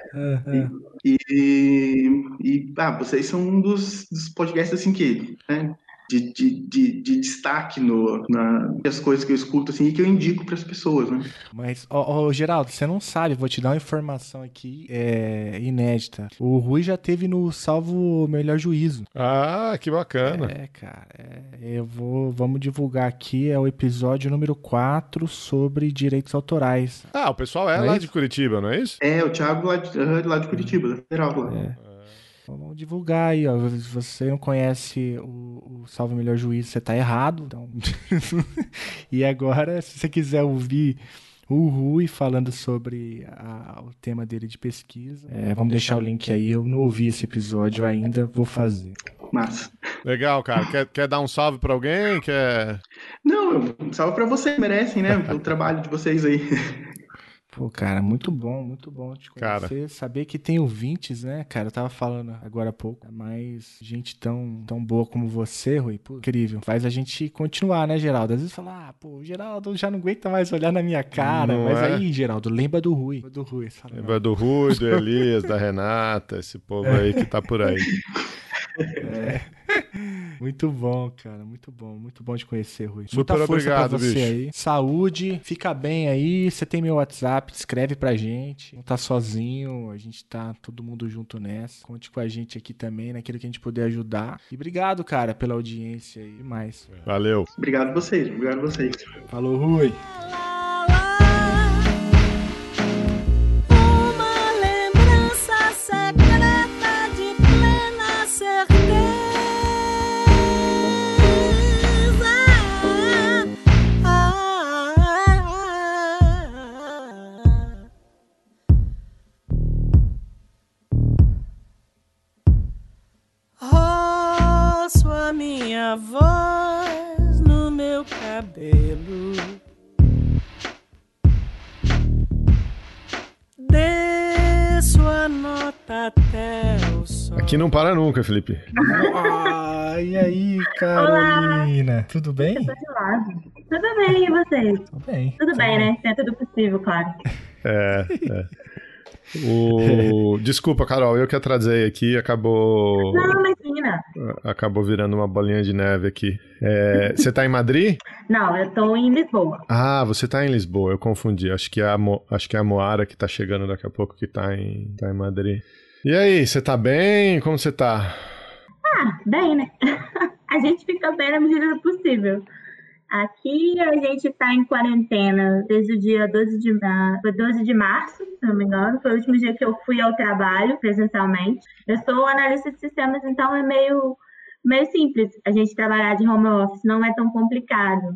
Speaker 11: Vocês são um dos podcasts assim que, né, de destaque nas coisas que eu escuto assim, e que eu indico para as pessoas, né?
Speaker 2: Mas, Geraldo, você não sabe, vou te dar uma informação aqui inédita. O Rui já teve no Salvo Melhor Juízo.
Speaker 3: Ah, que bacana.
Speaker 2: Cara, vamos divulgar aqui, é o episódio número 4 sobre direitos autorais.
Speaker 3: O pessoal lá de Curitiba, não é isso?
Speaker 11: O Thiago lá de Curitiba, da Federal.
Speaker 2: Vamos divulgar aí, ó. Se você não conhece o Salve Melhor Juízo, você tá errado. Então... E agora, se você quiser ouvir o Rui falando sobre o tema dele de pesquisa, vamos deixar o link aí. Eu não ouvi esse episódio ainda, vou fazer.
Speaker 11: Massa.
Speaker 3: Legal, cara. Quer dar um salve pra alguém?
Speaker 11: Não, um salve pra vocês, merecem, né? Pelo trabalho de vocês aí.
Speaker 2: Pô, cara, muito bom te conhecer.
Speaker 3: Cara.
Speaker 2: Saber que tem ouvintes, né, cara? Eu tava falando agora há pouco, mas gente tão boa como você, Rui, pô, incrível. Faz a gente continuar, né, Geraldo? Às vezes fala, pô, o Geraldo já não aguenta mais olhar na minha cara.
Speaker 3: Não
Speaker 2: mas
Speaker 3: é?
Speaker 2: aí, Geraldo, lembra do Rui.
Speaker 3: Lembra do Rui, do Elias, da Renata, esse povo aí que tá por aí.
Speaker 2: Muito bom, cara, muito bom te conhecer, Rui.
Speaker 3: Super
Speaker 2: Muita força
Speaker 3: obrigado,
Speaker 2: pra você
Speaker 3: bicho.
Speaker 2: aí. Saúde, fica bem aí. Você tem meu WhatsApp, escreve pra gente. Não tá sozinho, a gente tá todo mundo junto nessa. Conte com a gente aqui também, naquilo que a gente puder ajudar. E obrigado, cara, pela audiência e mais.
Speaker 3: Valeu.
Speaker 11: Obrigado a vocês.
Speaker 2: Falou, Rui.
Speaker 10: Uma lembrança secreta de plena certeza. Roço a minha voz no meu cabelo. Desço a nota até o sol.
Speaker 3: Aqui não para nunca, Felipe.
Speaker 2: E aí, Carolina? Tudo bem?
Speaker 12: Eu tô de lado. Tudo bem, e vocês?
Speaker 2: Tudo bem.
Speaker 12: Tudo bem, né? É tudo possível, claro.
Speaker 3: Desculpa, Carol, eu que atrasei aqui, acabou virando uma bolinha de neve aqui. Você tá em Madrid?
Speaker 12: Não, eu tô em Lisboa.
Speaker 3: Ah, você tá em Lisboa, eu confundi. Acho que é a Moara que tá chegando daqui a pouco que tá em Madrid. E aí, você tá bem? Como você tá?
Speaker 12: Bem, né? A gente fica bem na medida do possível. Aqui a gente tá em quarentena desde o dia 12 de março, se não me engano. Foi o último dia que eu fui ao trabalho presencialmente. Eu sou analista de sistemas, então é meio simples a gente trabalhar de home office, não é tão complicado.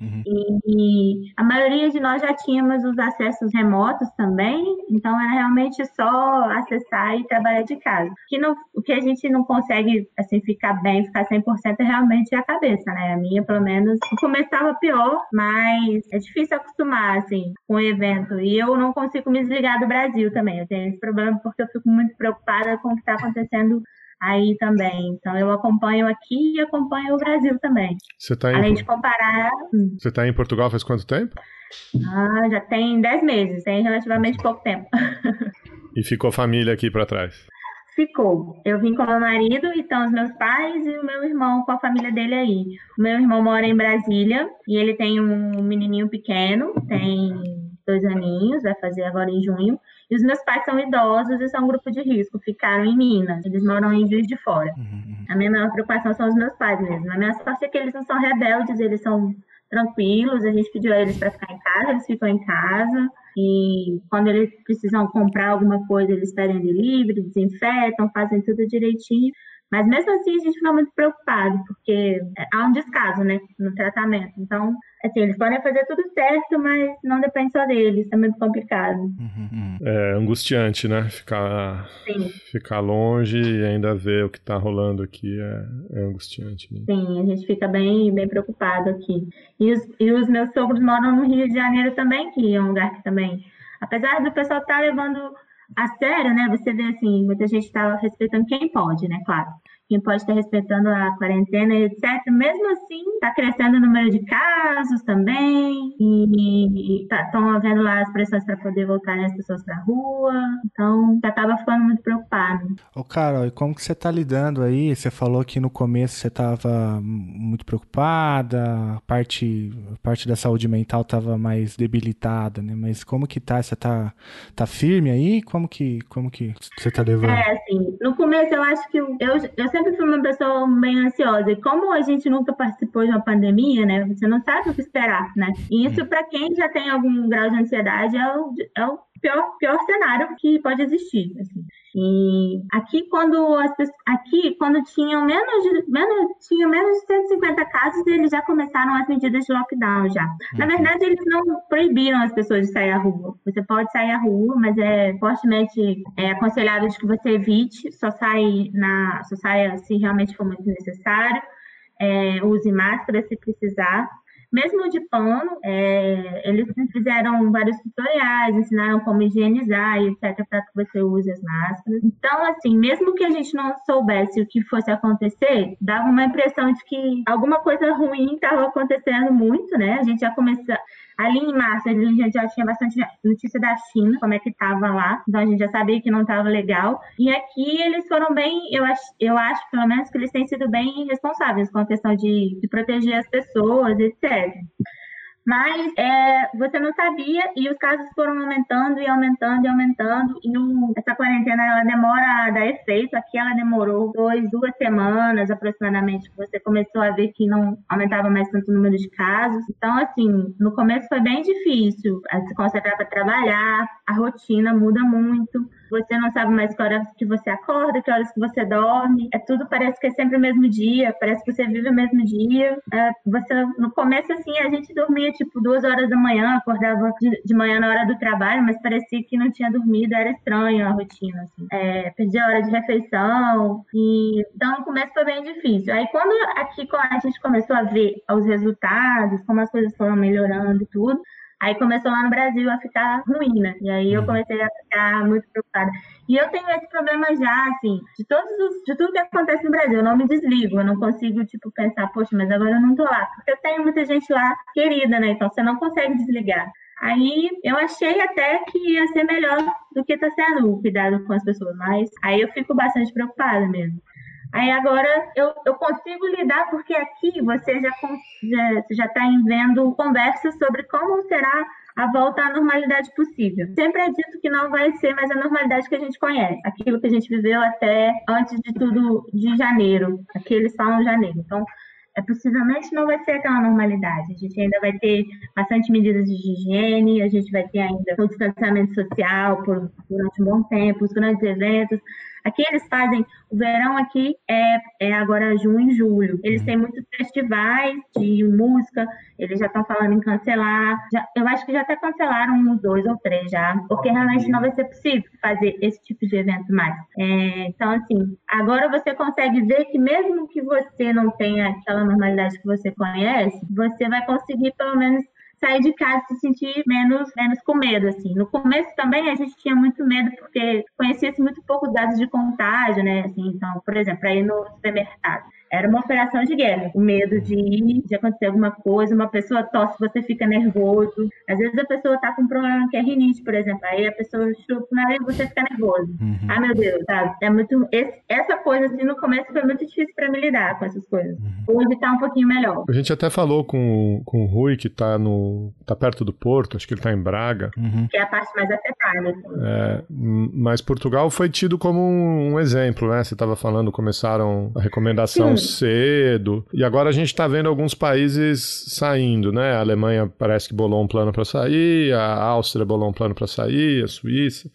Speaker 12: E a maioria de nós já tínhamos os acessos remotos também, então era realmente só acessar e trabalhar de casa. O que a gente não consegue assim, ficar 100% é realmente a cabeça, né? A minha, pelo menos, no começo estava pior, mas é difícil acostumar assim, com o evento. E eu não consigo me desligar do Brasil também. Eu tenho esse problema porque eu fico muito preocupada com o que está acontecendo aí também. Então eu acompanho aqui e acompanho o Brasil também. Além de comparar...
Speaker 3: Você tá em Portugal faz quanto tempo?
Speaker 12: Já tem 10 meses, tem relativamente pouco tempo.
Speaker 3: E ficou família aqui pra trás?
Speaker 12: Ficou. Eu vim com o meu marido e estão os meus pais e o meu irmão com a família dele aí. O meu irmão mora em Brasília e ele tem um menininho pequeno, tem 2 aninhos, vai fazer agora em junho. E os meus pais são idosos e são um grupo de risco, ficaram em Minas, eles moram em Juiz de Fora. A minha maior preocupação são os meus pais mesmo. A minha sorte é que eles não são rebeldes, eles são tranquilos, a gente pediu a eles para ficar em casa, eles ficam em casa. E quando eles precisam comprar alguma coisa, eles pedem delivery, desinfetam, fazem tudo direitinho. Mas mesmo assim a gente fica muito preocupado, porque há um descaso, né, no tratamento. Então, assim, eles podem fazer tudo certo, mas não depende só deles, é muito complicado.
Speaker 3: É angustiante, né? Ficar longe e ainda ver o que tá rolando aqui é angustiante. Né?
Speaker 12: Sim, a gente fica bem preocupado aqui. E os meus sogros moram no Rio de Janeiro também, que é um lugar que também, apesar do pessoal estar levando a sério, né? Você vê assim, muita gente está respeitando quem pode, né? Claro. Quem pode estar respeitando a quarentena, etc. Mesmo assim, está crescendo o número de casos também. E estão havendo lá as pressões para poder voltar as pessoas para a rua. Então, você acaba ficando muito preocupado.
Speaker 2: Ô, Carol, e como que você está lidando aí? Você falou que no começo você estava muito preocupada, a parte da saúde mental estava mais debilitada, né? Mas como que tá? Você tá firme aí? Como que você tá levando?
Speaker 12: Assim, no começo eu acho que eu sempre fui uma pessoa bem ansiosa. E como a gente nunca participou de uma pandemia, né? Você não sabe o que esperar, né? E isso, para quem já tem algum grau de ansiedade, é o pior cenário que pode existir. Assim. E aqui, quando tinham menos de 150 casos, eles já começaram as medidas de lockdown já. Na verdade, eles não proibiram as pessoas de sair à rua. Você pode sair à rua, mas é fortemente aconselhado de que você evite, só saia se realmente for muito necessário, use máscara se precisar. mesmo de pano, eles fizeram vários tutoriais, ensinaram como higienizar e etc, para que você use as máscaras. Então, assim, mesmo que a gente não soubesse o que fosse acontecer, dava uma impressão de que alguma coisa ruim estava acontecendo muito, né? A gente já começou... Ali em março, a gente já tinha bastante notícia da China, como é que estava lá. Então, a gente já sabia que não estava legal. E aqui, eles foram bem... Eu acho, pelo menos, que eles têm sido bem responsáveis com a questão de proteger as pessoas, etc. Mas você não sabia e os casos foram aumentando e aumentando e aumentando. E essa quarentena, ela demora a dar efeito. Aqui ela demorou 2 semanas aproximadamente, que você começou a ver que não aumentava mais tanto o número de casos. Então, assim, no começo foi bem difícil se concentrar para trabalhar, a rotina muda muito. Você não sabe mais que horas que você acorda, que horas que você dorme. Tudo parece que é sempre o mesmo dia, parece que você vive o mesmo dia. No começo, assim, a gente dormia tipo 2 horas da manhã, acordava de manhã na hora do trabalho, mas parecia que não tinha dormido, era estranho a rotina, assim. Perdia a hora de refeição, então no começo foi bem difícil. Aí quando a gente começou a ver os resultados, como as coisas foram melhorando e tudo, aí começou lá no Brasil a ficar ruim, né? E aí eu comecei a ficar muito preocupada. E eu tenho esse problema já, assim, de tudo que acontece no Brasil. Eu não me desligo, eu não consigo, tipo, pensar, poxa, mas agora eu não tô lá. Porque eu tenho muita gente lá querida, né? Então você não consegue desligar. Aí eu achei até que ia ser melhor do que tá sendo o cuidado com as pessoas. Mas aí eu fico bastante preocupada mesmo. Aí agora eu consigo lidar porque aqui você já está vendo conversas sobre como será a volta à normalidade possível. Sempre é dito que não vai ser mais a normalidade que a gente conhece, aquilo que a gente viveu até antes de tudo de janeiro, aqui eles falam janeiro. Então, possivelmente não vai ser aquela normalidade. A gente ainda vai ter bastante medidas de higiene, a gente vai ter ainda o distanciamento social durante um bom tempo, os grandes eventos. Aqui eles fazem, o verão aqui é agora junho e julho. Eles têm muitos festivais de música, eles já estão falando em cancelar. Eu acho que já até cancelaram uns 2 ou 3 já, porque realmente não vai ser possível fazer esse tipo de evento mais. Então, assim, agora você consegue ver que mesmo que você não tenha aquela normalidade que você conhece, você vai conseguir pelo menos sair de casa e se sentir menos com medo, assim. No começo também a gente tinha muito medo porque conhecia-se muito pouco dados de contágio, né, assim. Então, por exemplo, para ir no supermercado, era uma operação de guerra. O medo de acontecer alguma coisa, uma pessoa tosse, você fica nervoso. Às vezes a pessoa tá com um problema que é rinite, por exemplo. Aí a pessoa chupa na e você fica nervoso. Ah, meu Deus, tá? Essa coisa, assim, no começo foi muito difícil para me lidar com essas coisas. Hoje tá um pouquinho melhor.
Speaker 3: A gente até falou com o Rui, que tá perto do Porto, acho que ele tá em Braga.
Speaker 12: Que é a parte mais afetada. Assim.
Speaker 3: Mas Portugal foi tido como um exemplo, né? Você tava falando, começaram a recomendação cedo, e agora a gente está vendo alguns países saindo, né? A Alemanha parece que bolou um plano para sair, a Áustria bolou um plano para sair, a Suíça.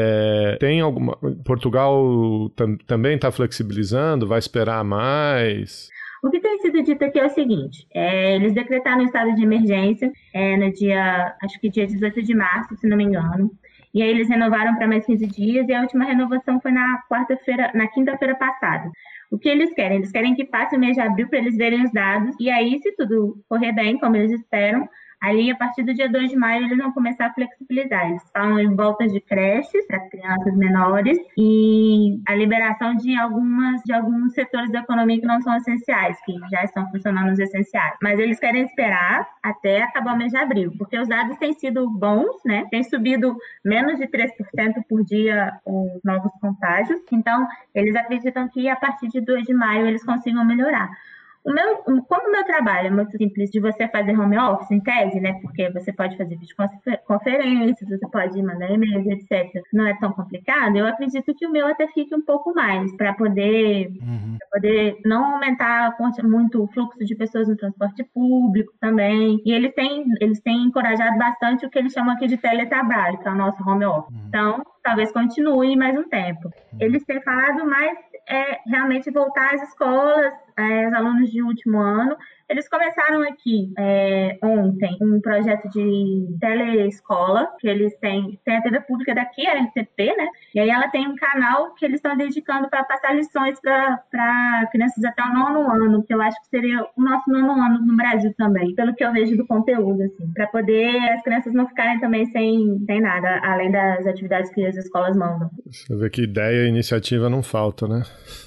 Speaker 3: Portugal também está flexibilizando, vai esperar mais.
Speaker 12: O que tem sido dito aqui é o seguinte, eles decretaram o estado de emergência no dia 18 de março, se não me engano, e aí eles renovaram para mais 15 dias, e a última renovação foi na quinta-feira passada. O que eles querem? Eles querem que passe o mês de abril para eles verem os dados, e aí, se tudo correr bem, como eles esperam, ali, a partir do dia 2 de maio, eles vão começar a flexibilizar. Eles falam em voltas de creches para crianças menores e a liberação de alguns setores da economia que não são essenciais, que já estão funcionando nos essenciais. Mas eles querem esperar até acabar o mês de abril, porque os dados têm sido bons, né? Tem subido menos de 3% por dia os novos contágios. Então, eles acreditam que a partir de 2 de maio eles consigam melhorar. Como o meu trabalho é muito simples de você fazer home office, em tese, né? Porque você pode fazer videoconferências, você pode mandar e-mails, etc. Não é tão complicado. Eu acredito que o meu até fique um pouco mais para poder não aumentar muito o fluxo de pessoas no transporte público também. E eles têm encorajado bastante o que eles chamam aqui de teletrabalho, que é o nosso home office. Então, talvez continue mais um tempo. Eles têm falado mais realmente voltar às escolas, os alunos de último ano. Eles começaram aqui ontem um projeto de teleescola, que eles tem a TV pública daqui, a RTP, né? E aí ela tem um canal que eles estão dedicando para passar lições para crianças até o 9º ano, que eu acho que seria o nosso 9º ano no Brasil também, pelo que eu vejo do conteúdo, assim, para poder as crianças não ficarem também sem nada, além das atividades que as escolas mandam.
Speaker 3: Você vê que ideia e iniciativa não falta, né?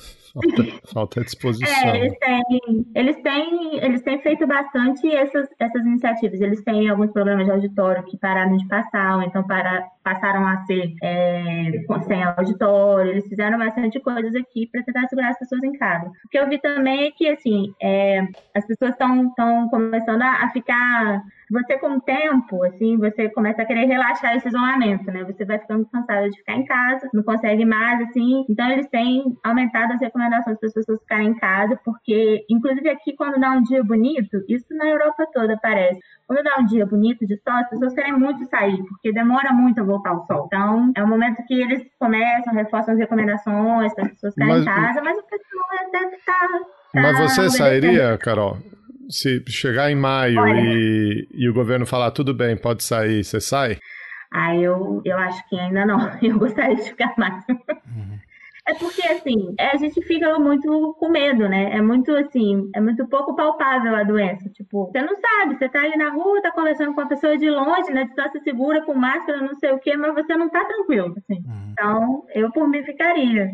Speaker 3: Falta disposição.
Speaker 12: Eles têm feito bastante essas iniciativas. Eles têm alguns programas de auditório que pararam de passar, ou então passaram a ser sem auditório. Eles fizeram bastante coisas aqui para tentar segurar as pessoas em casa. O que eu vi também é que assim, as pessoas estão começando a ficar... Você, com o tempo, assim, você começa a querer relaxar esse isolamento, né? Você vai ficando cansada de ficar em casa, não consegue mais, assim. Então, eles têm aumentado as recomendações para as pessoas ficarem em casa, porque, inclusive aqui, quando dá um dia bonito, isso na Europa toda aparece. Quando dá um dia bonito de sol, as pessoas querem muito sair, porque demora muito a voltar o sol. Então, é o momento que eles reforçam as recomendações para as pessoas ficarem em casa, mas o pessoal deve estar...
Speaker 3: Mas você sairia, Carol? Se chegar em maio e o governo falar, tudo bem, pode sair, você sai?
Speaker 12: Eu acho que ainda não. Eu gostaria de ficar mais. É porque, assim, a gente fica muito com medo, né? É muito pouco palpável a doença. Tipo, você não sabe, você tá ali na rua, tá conversando com a pessoa de longe, na distância segura, com máscara, não sei o quê, mas você não tá tranquilo, assim. Então, eu por mim ficaria.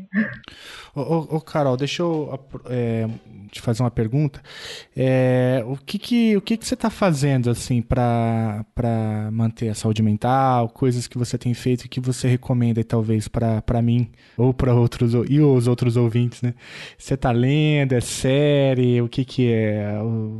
Speaker 2: Ô Carol, deixa eu te fazer uma pergunta. O que você tá fazendo, assim, pra manter a saúde mental, coisas que você tem feito e que você recomenda, talvez, pra mim ou pra outros, e os outros ouvintes, né? Você tá lendo, é série, o que é?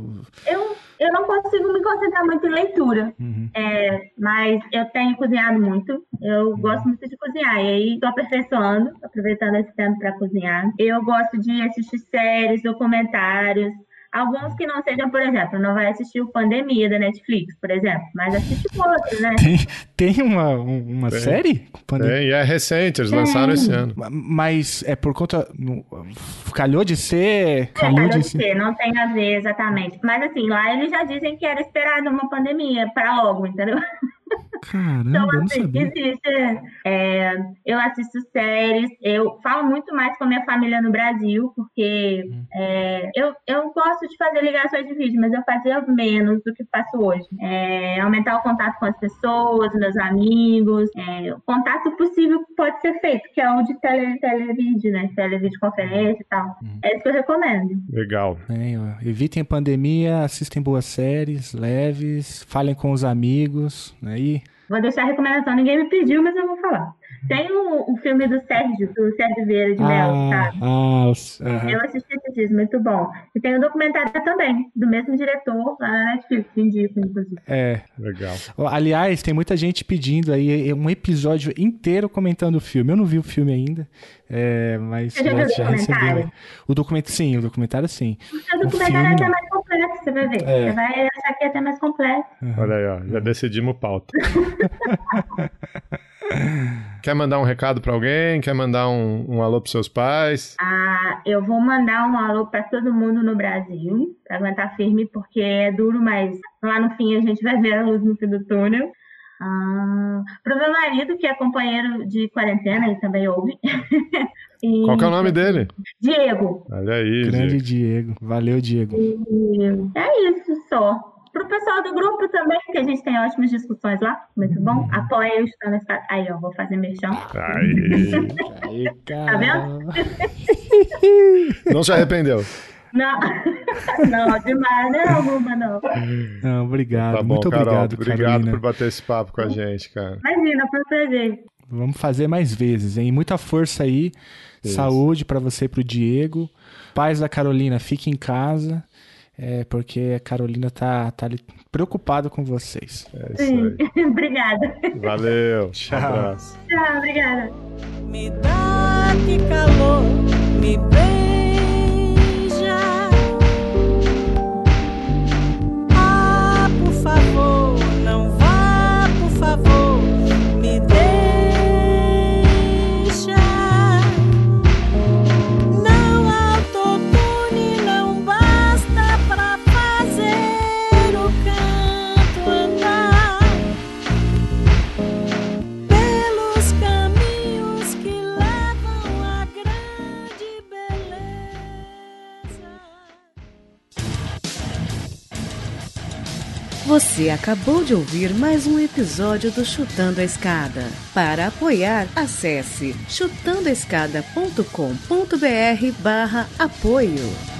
Speaker 12: Eu não consigo me concentrar muito em leitura, mas eu tenho cozinhado muito, eu gosto muito de cozinhar, e aí estou aperfeiçoando, aproveitando esse tempo para cozinhar. Eu gosto de assistir séries, documentários, alguns que não sejam, por exemplo, não vai assistir o Pandemia da Netflix, por exemplo, mas assiste outro, né?
Speaker 2: Tem uma série?
Speaker 3: Tem, e é recente, eles lançaram esse ano.
Speaker 2: Mas é por conta... Calhou de ser...
Speaker 12: Calhou de ser, não tem a ver exatamente. Mas assim, lá eles já dizem que era esperado uma pandemia para logo, entendeu?
Speaker 2: Caramba,
Speaker 12: então, assim,
Speaker 2: eu não sabia.
Speaker 12: Existe. Eu assisto séries, eu falo muito mais com a minha família no Brasil, porque eu gosto de fazer ligações de vídeo, mas eu fazia menos do que faço hoje. Aumentar o contato com as pessoas, meus amigos, o contato possível que pode ser feito, que é o de televídeo, né? Televideoconferência e tal. É isso que eu recomendo.
Speaker 3: Legal.
Speaker 2: Evitem a pandemia, assistem boas séries, leves, falem com os amigos, né?
Speaker 12: Vou deixar a recomendação, ninguém me pediu, mas eu vou falar. Tem o filme do Sérgio Vieira de Mello, sabe? Eu assisti esses dias, muito bom. E tem um documentário também, do mesmo diretor, lá na Netflix, indico, inclusive.
Speaker 3: Legal.
Speaker 2: Aliás, tem muita gente pedindo aí um episódio inteiro comentando o filme. Eu não vi o filme ainda, mas
Speaker 12: você já
Speaker 2: recebeu. O documentário sim.
Speaker 12: O documentário é até mais completo, você vai ver. Você vai achar que é até mais completo.
Speaker 3: Olha aí, ó, já decidimos pauta. Quer mandar um recado pra alguém? Quer mandar um alô pros seus pais?
Speaker 12: Eu vou mandar um alô pra todo mundo no Brasil, pra aguentar firme, porque é duro, mas lá no fim a gente vai ver a luz no fim do túnel. Pro meu marido, que é companheiro de quarentena, ele também ouve.
Speaker 3: Qual que é o nome dele?
Speaker 12: Diego.
Speaker 3: Olha aí,
Speaker 2: grande Diego. Valeu, Diego.
Speaker 12: É isso só. Pro pessoal do grupo também, que a gente tem ótimas discussões lá, muito bom. Apoia eu estando nessa... Aí, ó, vou fazer merchan.
Speaker 3: Aí,
Speaker 12: tá vendo?
Speaker 3: Não se arrependeu?
Speaker 12: Não, demais, não.
Speaker 2: Não, obrigado.
Speaker 3: Tá bom,
Speaker 2: muito obrigado,
Speaker 3: Carol. Obrigado por bater esse papo com a gente, cara.
Speaker 12: Imagina, foi um prazer.
Speaker 2: Vamos fazer mais vezes, hein? Muita força aí. Isso. Saúde pra você e pro Diego. Pais da Carolina, fiquem em casa. Porque a Carolina tá preocupada com vocês.
Speaker 3: É isso aí.
Speaker 12: Obrigada.
Speaker 3: Valeu.
Speaker 2: Tchau.
Speaker 3: Um abraço.
Speaker 12: Tchau, obrigada.
Speaker 10: Me dá que calor, me beija. Por favor, não vá, por favor, me deixa. Não autotune, não
Speaker 13: Você acabou de ouvir mais um episódio do Chutando a Escada. Para apoiar, acesse chutandoaescada.com.br/apoio.